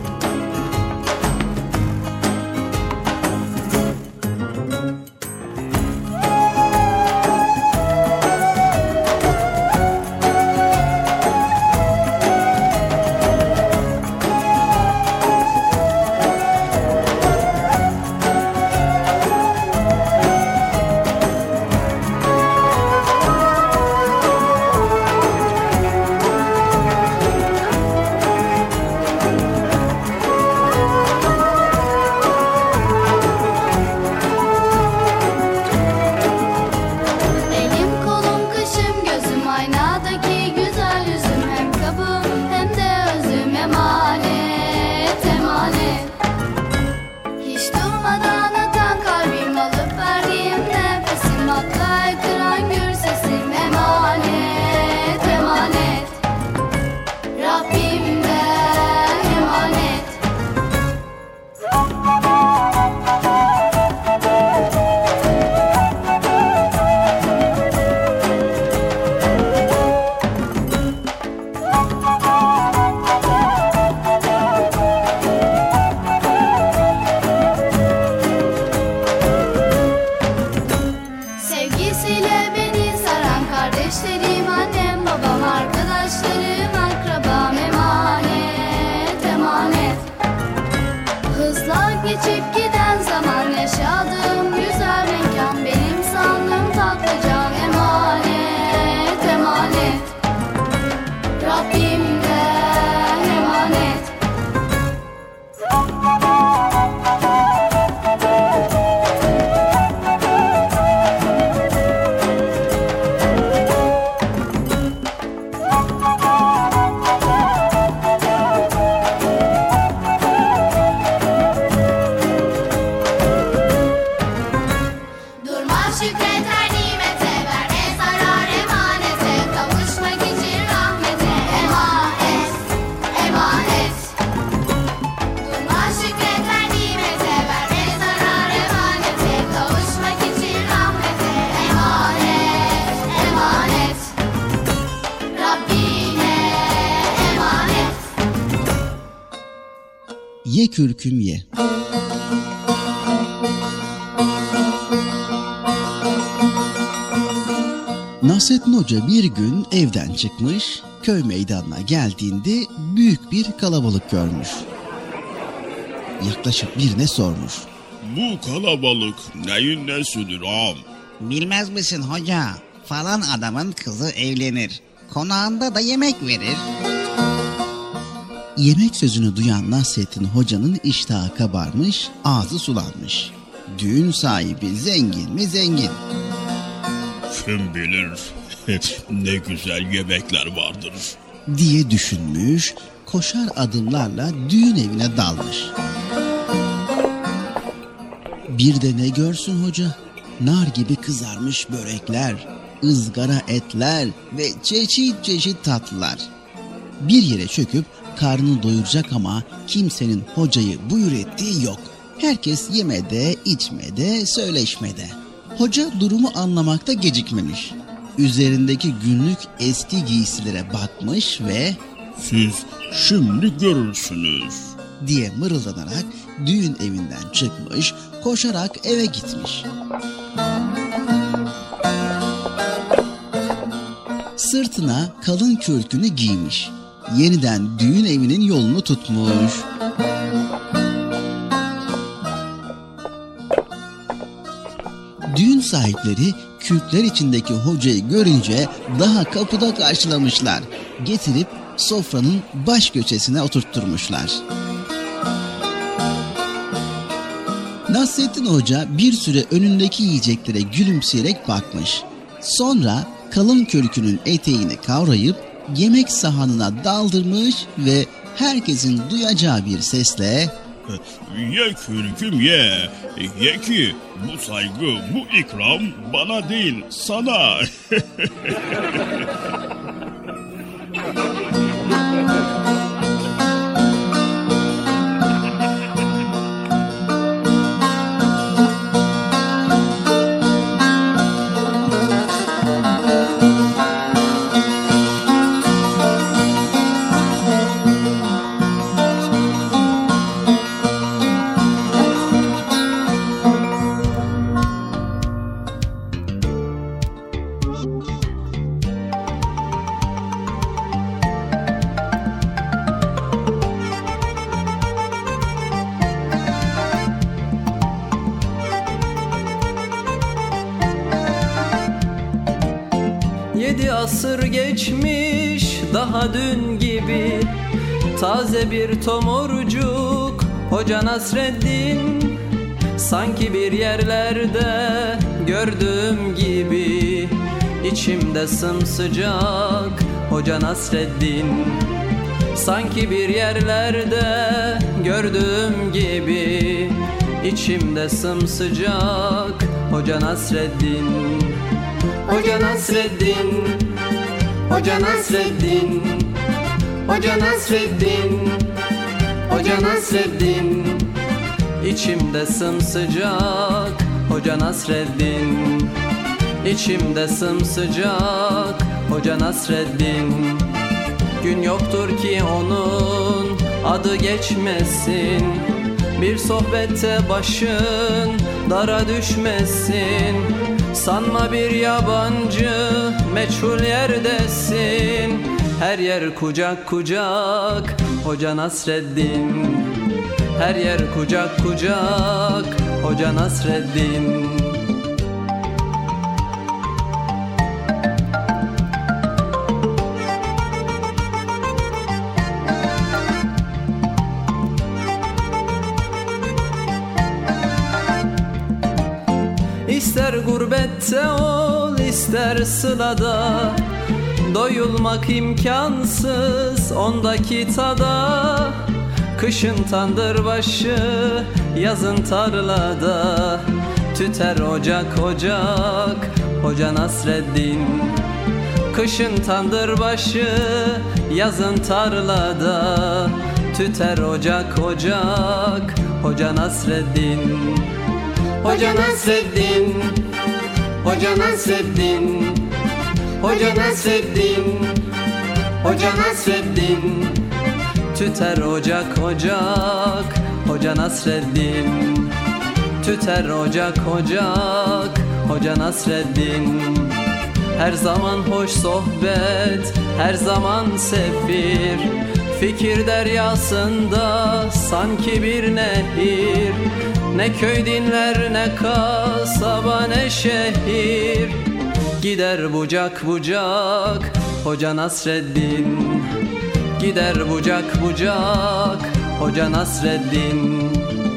Ye kürküm ye. Nasrettin Hoca bir gün evden çıkmış, köy meydanına geldiğinde büyük bir kalabalık görmüş. Yaklaşıp birine sormuş. Bu kalabalık neyin nesidir ağam? Bilmez misin hoca? Falan adamın kızı evlenir. Konağında da yemek verir. Yemek sözünü duyan Nasrettin Hoca'nın iştahı kabarmış, ağzı sulanmış. Düğün sahibi zengin mi zengin? Kim bilir ne güzel yemekler vardır diye düşünmüş, koşar adımlarla düğün evine dalmış. Bir de ne görsün hoca? Nar gibi kızarmış börekler, ızgara etler ve çeşit çeşit tatlılar. bir yere çöküp karnını doyuracak ama kimsenin hocayı buyur ettiği yok. Herkes yemede, içmede, söyleşmede. Hoca durumu anlamakta gecikmemiş. Üzerindeki günlük eski giysilere bakmış ve "Siz şimdi görürsünüz" diye mırıldanarak düğün evinden çıkmış, koşarak eve gitmiş. Sırtına kalın kürkünü giymiş. Yeniden düğün evinin yolunu tutmuş. Düğün sahipleri kürkler içindeki hocayı görünce daha kapıda karşılamışlar. Getirip sofranın baş köşesine oturtturmuşlar. Nasrettin Hoca bir süre önündeki yiyeceklere gülümseyerek bakmış. Sonra kalın kürkünün eteğini kavrayıp yemek sahanına daldırmış ve herkesin duyacağı bir sesle "Ye kürküm ye, ye ki bu saygı, bu ikram bana değil sana." Asır geçmiş daha dün gibi, taze bir tomurcuk Hoca Nasreddin. Sanki bir yerlerde gördüğüm gibi, içimde sımsıcak Hoca Nasreddin. Sanki bir yerlerde gördüğüm gibi, içimde sımsıcak Hoca Nasreddin. Hoca Nasreddin, Hoca Nasreddin, Hoca Nasreddin, Hoca Nasreddin. İçimde sımsıcak Hoca Nasreddin. İçimde sımsıcak Hoca Nasreddin. Gün yoktur ki onun adı geçmesin, bir sohbette başın dara düşmesin. Sanma bir yabancı meçhul yerdesin, her yer kucak kucak Hoca Nasreddin. Her yer kucak kucak Hoca Nasreddin. İster gurbette ol, ister sılada, doyulmak imkansız ondaki tada. Kışın tandırbaşı, yazın tarlada, tüter ocak ocak Hoca Nasreddin. Kışın tandırbaşı, yazın tarlada, tüter ocak ocak Hoca Nasreddin. Hoca Nasreddin, Hoca Nasreddin, Hoca Nasreddin, Hoca Nasreddin. Tüter ocak ocak Hoca Nasreddin. Tüter ocak ocak Hoca Nasreddin. Her zaman hoş sohbet, her zaman sefir, fikir deryasında sanki bir nehir. Ne köy dinler, ne kasaba, ne şehir, gider bucak bucak Hoca Nasreddin. Gider bucak bucak Hoca Nasreddin.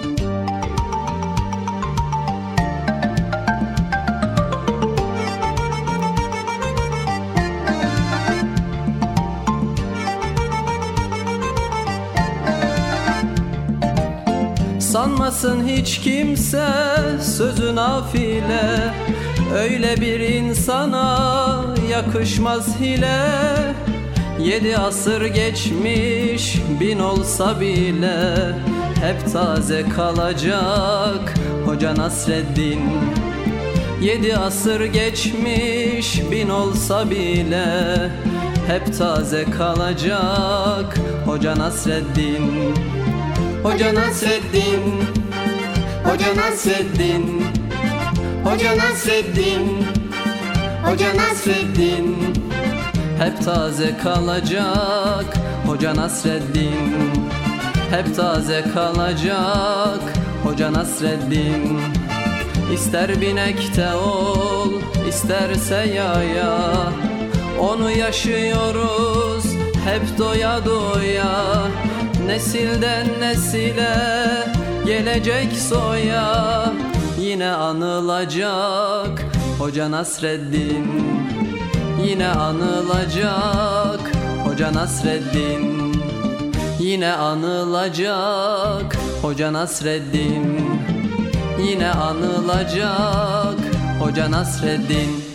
Sanmasın hiç kimse sözü nafile, öyle bir insana yakışmaz hile. 7 asır geçmiş 1000 olsa bile hep taze kalacak Hoca Nasreddin. 7 asır geçmiş 1000 olsa bile hep taze kalacak Hoca Nasreddin. Hoca Nasreddin, Hoca Nasreddin, Hoca Nasreddin, Hoca Nasreddin, hep taze kalacak Hoca Nasreddin, hep taze kalacak Hoca Nasreddin. İster binekte ol, isterse yaya, onu yaşıyoruz hep doya doya. Nesilden nesile gelecek soya, yine anılacak Hoca Nasreddin. Yine anılacak Hoca Nasreddin. Yine anılacak Hoca Nasreddin. Yine anılacak Hoca Nasreddin.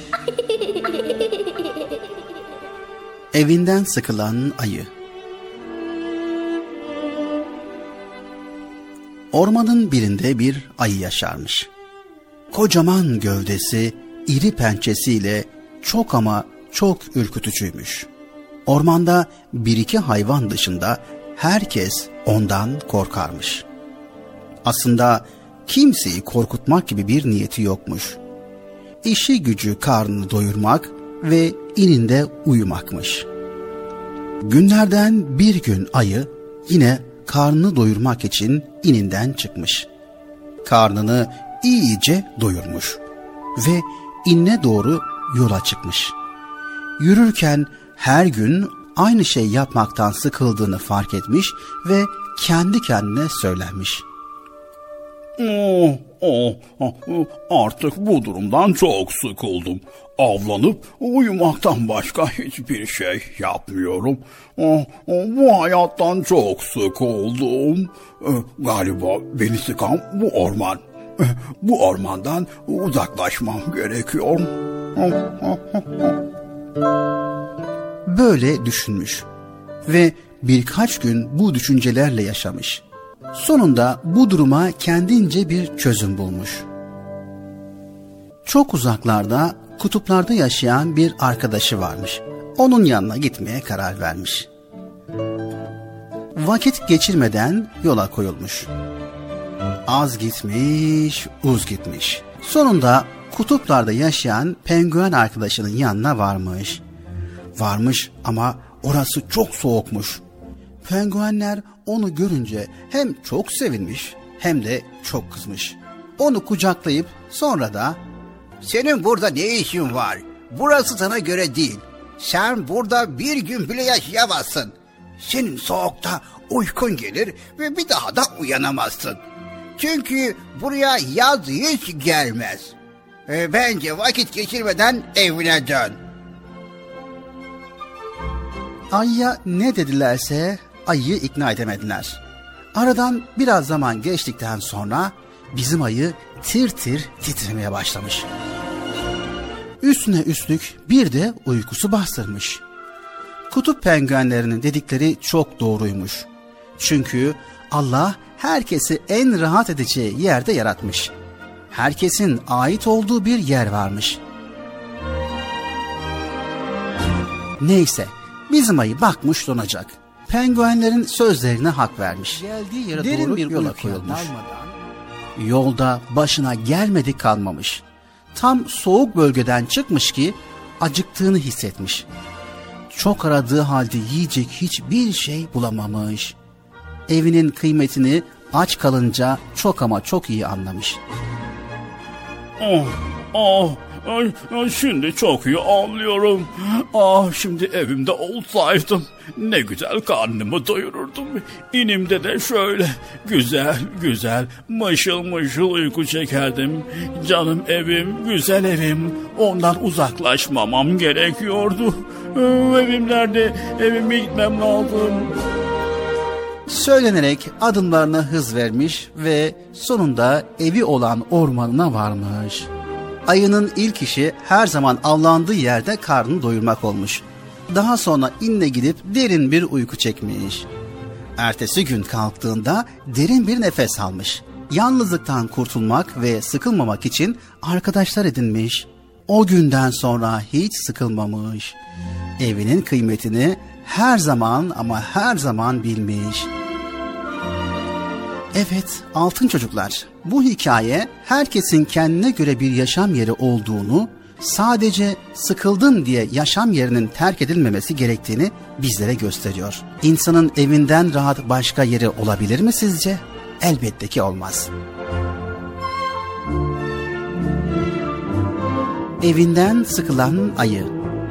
Evinden sıkılan ayı. Ormanın birinde bir ayı yaşarmış. Kocaman gövdesi, iri pençesiyle çok ama çok ürkütücüymüş. Ormanda bir iki hayvan dışında herkes ondan korkarmış. Aslında kimseyi korkutmak gibi bir niyeti yokmuş. İşi gücü karnını doyurmak ve ininde uyumakmış. Günlerden bir gün ayı yine karnını doyurmak için ininden çıkmış. Karnını iyice doyurmuş ve inine doğru yola çıkmış. Yürürken her gün aynı şey yapmaktan sıkıldığını fark etmiş ve kendi kendine söylenmiş. Artık bu durumdan çok sıkıldım. Avlanıp uyumaktan başka hiçbir şey yapmıyorum. Bu hayattan çok sıkıldım. Galiba beni sıkan bu orman. Bu ormandan uzaklaşmam gerekiyor. Böyle düşünmüş ve birkaç gün bu düşüncelerle yaşamış. Sonunda bu duruma kendince bir çözüm bulmuş. Çok uzaklarda, kutuplarda yaşayan bir arkadaşı varmış. Onun yanına gitmeye karar vermiş. Vakit geçirmeden yola koyulmuş. Az gitmiş, uz gitmiş. Sonunda kutuplarda yaşayan penguen arkadaşının yanına varmış. Varmış ama orası çok soğukmuş. Penguenler onu görünce hem çok sevinmiş hem de çok kızmış. Onu kucaklayıp sonra da "Senin burada ne işin var? Burası sana göre değil. Sen burada bir gün bile yaşayamazsın. Senin soğukta uykun gelir ve bir daha da uyanamazsın. Çünkü buraya yaz hiç gelmez. Bence vakit geçirmeden evine dön." Ayıya ne dedilerse ayıyı ikna edemediler. Aradan biraz zaman geçtikten sonra bizim ayı tir tir titremeye başlamış. Üstüne üstlük bir de uykusu bastırmış. Kutup penguenlerinin dedikleri çok doğruymuş. Çünkü Allah herkesi en rahat edeceği yerde yaratmış. Herkesin ait olduğu bir yer varmış. Neyse, bizim ayı bakmış donacak. Penguenlerin sözlerine hak vermiş. Geldiği yere derin doğru bir yola koyulmuş. Yolda başına gelmedi kalmamış. Tam soğuk bölgeden çıkmış ki acıktığını hissetmiş. Çok aradığı halde yiyecek hiçbir şey bulamamış. Evinin kıymetini aç kalınca çok ama çok iyi anlamış. Şimdi çok iyi anlıyorum. Şimdi evimde olsaydım ne güzel karnımı doyururdum. İnimde de şöyle güzel güzel mışıl mışıl uyku çekerdim. Canım evim, güzel evim. Ondan uzaklaşmamam gerekiyordu. Evim nerede? Evime gitmem lazım. Söylenerek adımlarına hız vermiş ve sonunda evi olan ormanına varmış. Ayının ilk işi her zaman avlandığı yerde karnını doyurmak olmuş. Daha sonra inle gidip derin bir uyku çekmiş. Ertesi gün kalktığında derin bir nefes almış. Yalnızlıktan kurtulmak ve sıkılmamak için arkadaşlar edinmiş. O günden sonra hiç sıkılmamış. Evinin kıymetini her zaman ama her zaman bilmiş. Evet, altın çocuklar, bu hikaye herkesin kendine göre bir yaşam yeri olduğunu, sadece sıkıldım diye yaşam yerinin terk edilmemesi gerektiğini bizlere gösteriyor. İnsanın evinden rahat başka yeri olabilir mi sizce? Elbette ki olmaz. Evinden sıkılan ayı.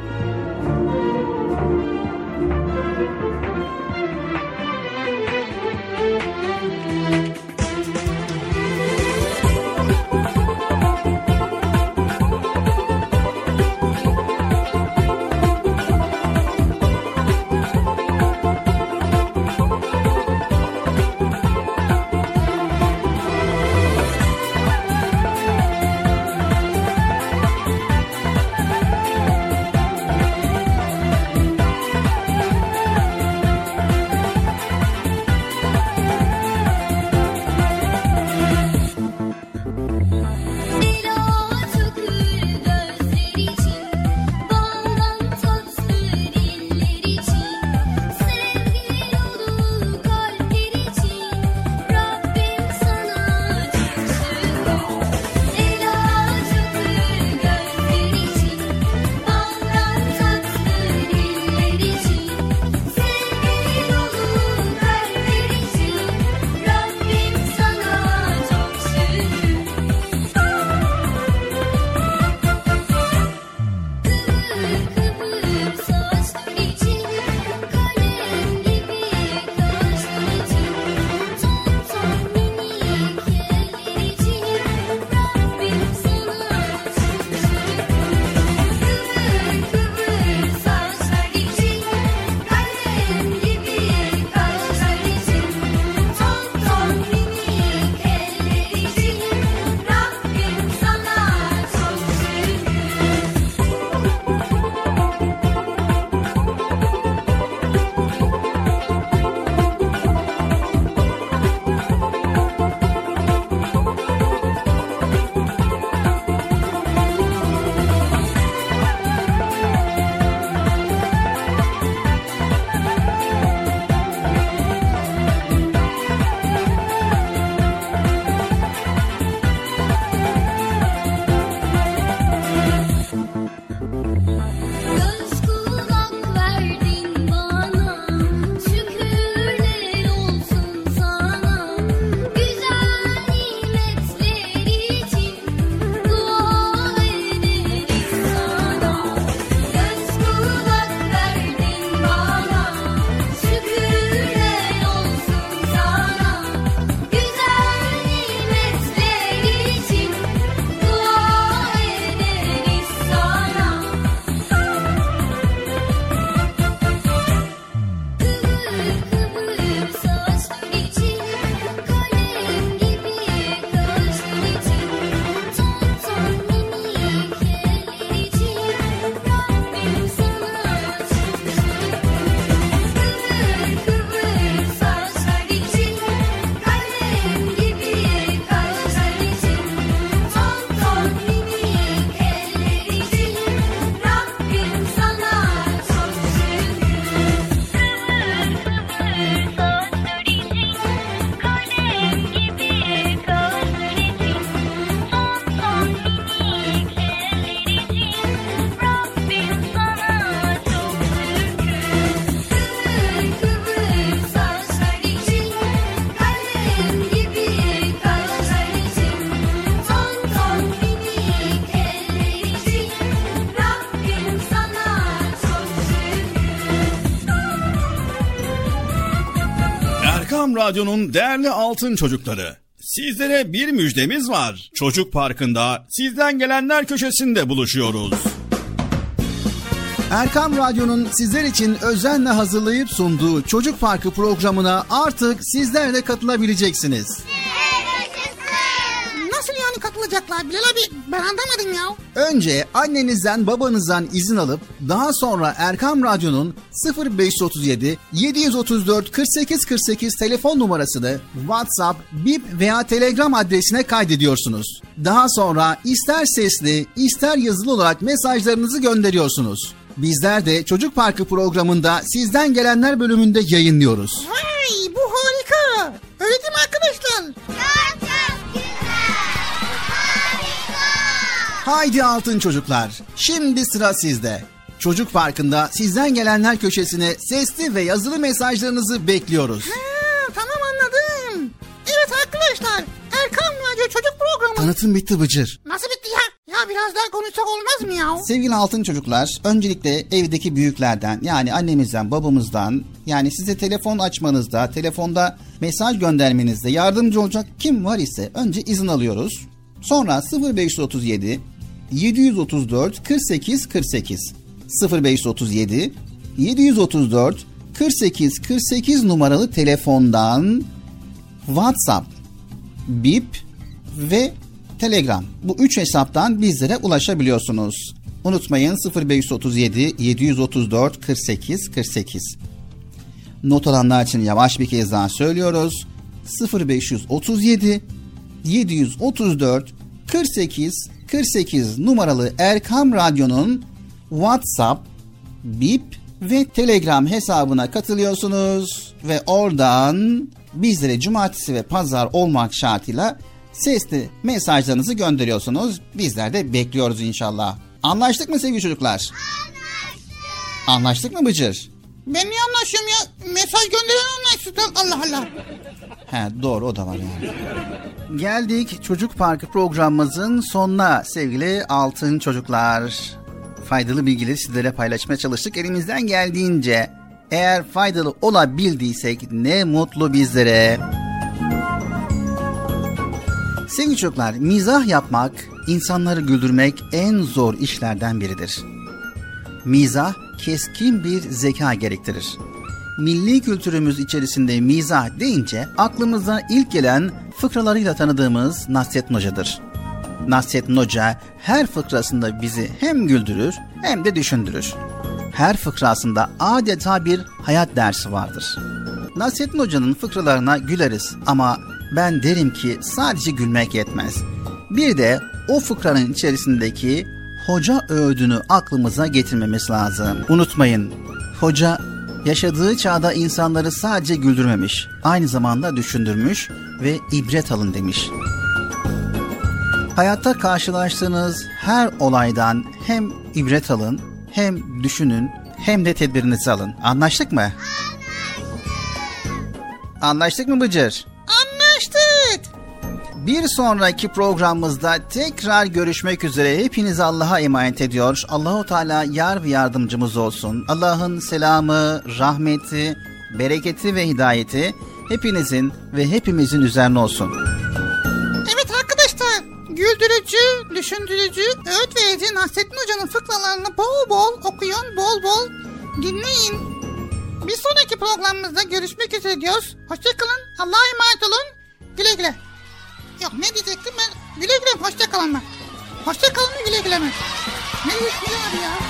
Erkam Radyo'nun değerli altın çocukları, sizlere bir müjdemiz var. Çocuk Parkı'nda sizden gelenler köşesinde buluşuyoruz. Erkam Radyo'nun sizler için özenle hazırlayıp sunduğu Çocuk Parkı programına artık sizler de katılabileceksiniz. Nasıl yani katılacağız? alacaklar Bilal abi? Ben anlamadım ya. Önce annenizden babanızdan izin alıp daha sonra Erkam Radyo'nun 0537 734 48 48 telefon numarasını WhatsApp, Bip veya Telegram adresine kaydediyorsunuz. Daha sonra ister sesli ister yazılı olarak mesajlarınızı gönderiyorsunuz. Bizler de Çocuk Parkı programında Sizden Gelenler bölümünde yayınlıyoruz. Vay, bu harika. Öyle değil mi arkadaşlar? Haydi altın çocuklar, şimdi sıra sizde. Çocuk Parkı'nda Sizden Gelenler köşesine sesli ve yazılı mesajlarınızı bekliyoruz. Tamam, anladım. Evet arkadaşlar, Erkam Radyo Çocuk Programı. Tanıtım bitti Bıcır. Nasıl bitti ya? Ya biraz daha konuşsak olmaz mı ya? Sevgili altın çocuklar, öncelikle evdeki büyüklerden, yani annemizden, babamızdan, yani size telefon açmanızda, telefonda mesaj göndermenizde yardımcı olacak kim var ise önce izin alıyoruz. Sonra 0537 734 48 48 0537 734 48 48 numaralı telefondan WhatsApp, Bip ve Telegram, bu 3 hesaptan bizlere ulaşabiliyorsunuz. Unutmayın 0537 734 48 48. Not alanlar için yavaş bir kez daha söylüyoruz. 0537 734 48 48 numaralı Erkam Radyo'nun WhatsApp, Bip ve Telegram hesabına katılıyorsunuz ve oradan bizlere cumartesi ve pazar olmak şartıyla sesli mesajlarınızı gönderiyorsunuz. Bizler de bekliyoruz inşallah. Anlaştık mı sevgili çocuklar? Anlaştık. Anlaştık mı Bıcır? Ben niye anlaşıyorum ya? Mesaj gönderen anlaşsın. Allah Allah. He, doğru, o da var yani. Geldik Çocuk Parkı programımızın sonuna sevgili altın çocuklar. Faydalı bilgileri sizlere paylaşmaya çalıştık elimizden geldiğince. Eğer faydalı olabildiysek ne mutlu bizlere. Sevgili çocuklar, mizah yapmak, insanları güldürmek en zor işlerden biridir. Mizah keskin bir zeka gerektirir. Milli kültürümüz içerisinde mizah deyince aklımıza ilk gelen fıkralarıyla tanıdığımız Nasrettin Hoca'dır. Nasrettin Hoca her fıkrasında bizi hem güldürür hem de düşündürür. Her fıkrasında adeta bir hayat dersi vardır. Nasrettin Hoca'nın fıkralarına güleriz ama ben derim ki sadece gülmek yetmez. Bir de o fıkranın içerisindeki hoca öğüdünü aklımıza getirmemiz lazım. Unutmayın, hoca yaşadığı çağda insanları sadece güldürmemiş, aynı zamanda düşündürmüş ve ibret alın demiş. Hayatta karşılaştığınız her olaydan hem ibret alın, hem düşünün, hem de tedbirinizi alın. Anlaştık mı? Anlaştık mı Bıcır? Anlaştık. Bir sonraki programımızda tekrar görüşmek üzere. Hepinizi Allah'a emanet ediyor. Allahu Teala yar ve yardımcımız olsun. Allah'ın selamı, rahmeti, bereketi ve hidayeti hepinizin ve hepimizin üzerine olsun. Evet arkadaşlar, güldürücü, düşündürücü, öğüt verici Nasrettin Hoca'nın fıkralarını bol bol okuyun, bol bol dinleyin. Bir sonraki programımızda görüşmek üzere diyoruz. Hoşçakalın, Allah'a emanet olun. Güle güle. Yok, ne diyecektim ben? Güle güle, hoşçakalın mı? Hoşçakalın mı, güle güle mi? Ne diyecektim abi ya?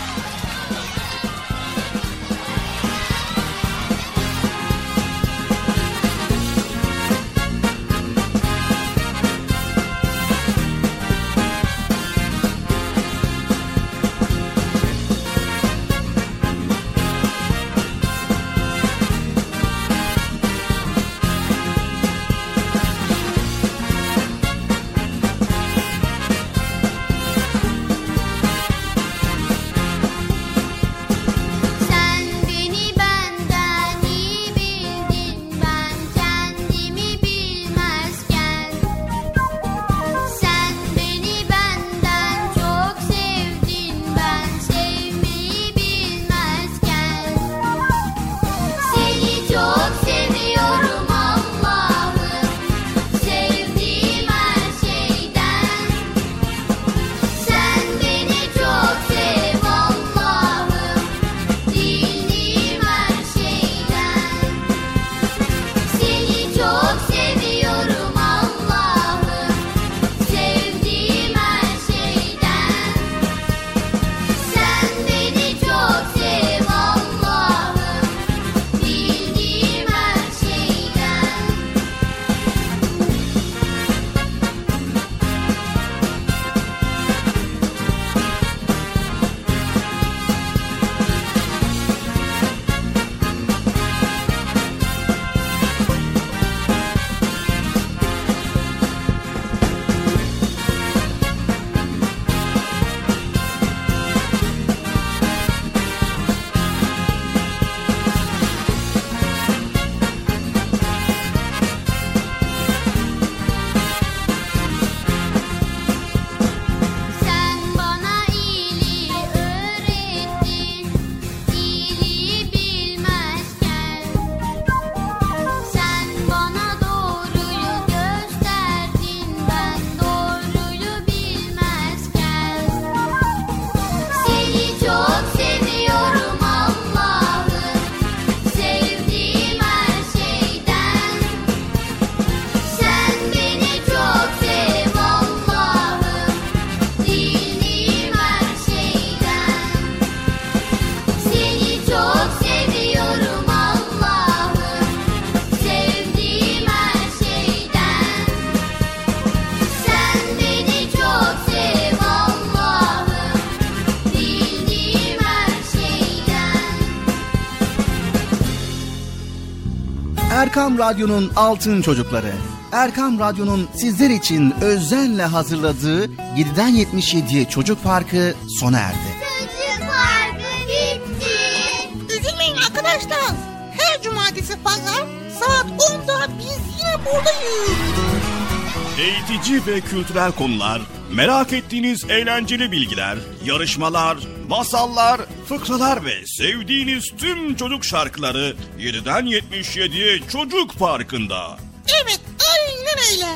Erkam Radyo'nun Altın Çocukları. Erkam Radyo'nun sizler için özenle hazırladığı 7'den 77'ye Çocuk Parkı sona erdi. Çocuk Parkı bitti. Üzülmeyin arkadaşlar. Her cumartesi pazar saat 10'da biz yine buradayız. Eğitici ve kültürel konular, merak ettiğiniz eğlenceli bilgiler, yarışmalar, masallar, fıkralar ve sevdiğiniz tüm çocuk şarkıları 7'den 77'ye Çocuk Parkı'nda. Evet, aynen öyle.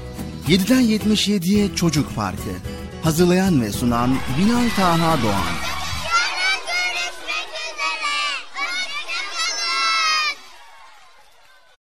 7'den 77'ye Çocuk Parkı. Hazırlayan ve sunan Binal Taha Doğan.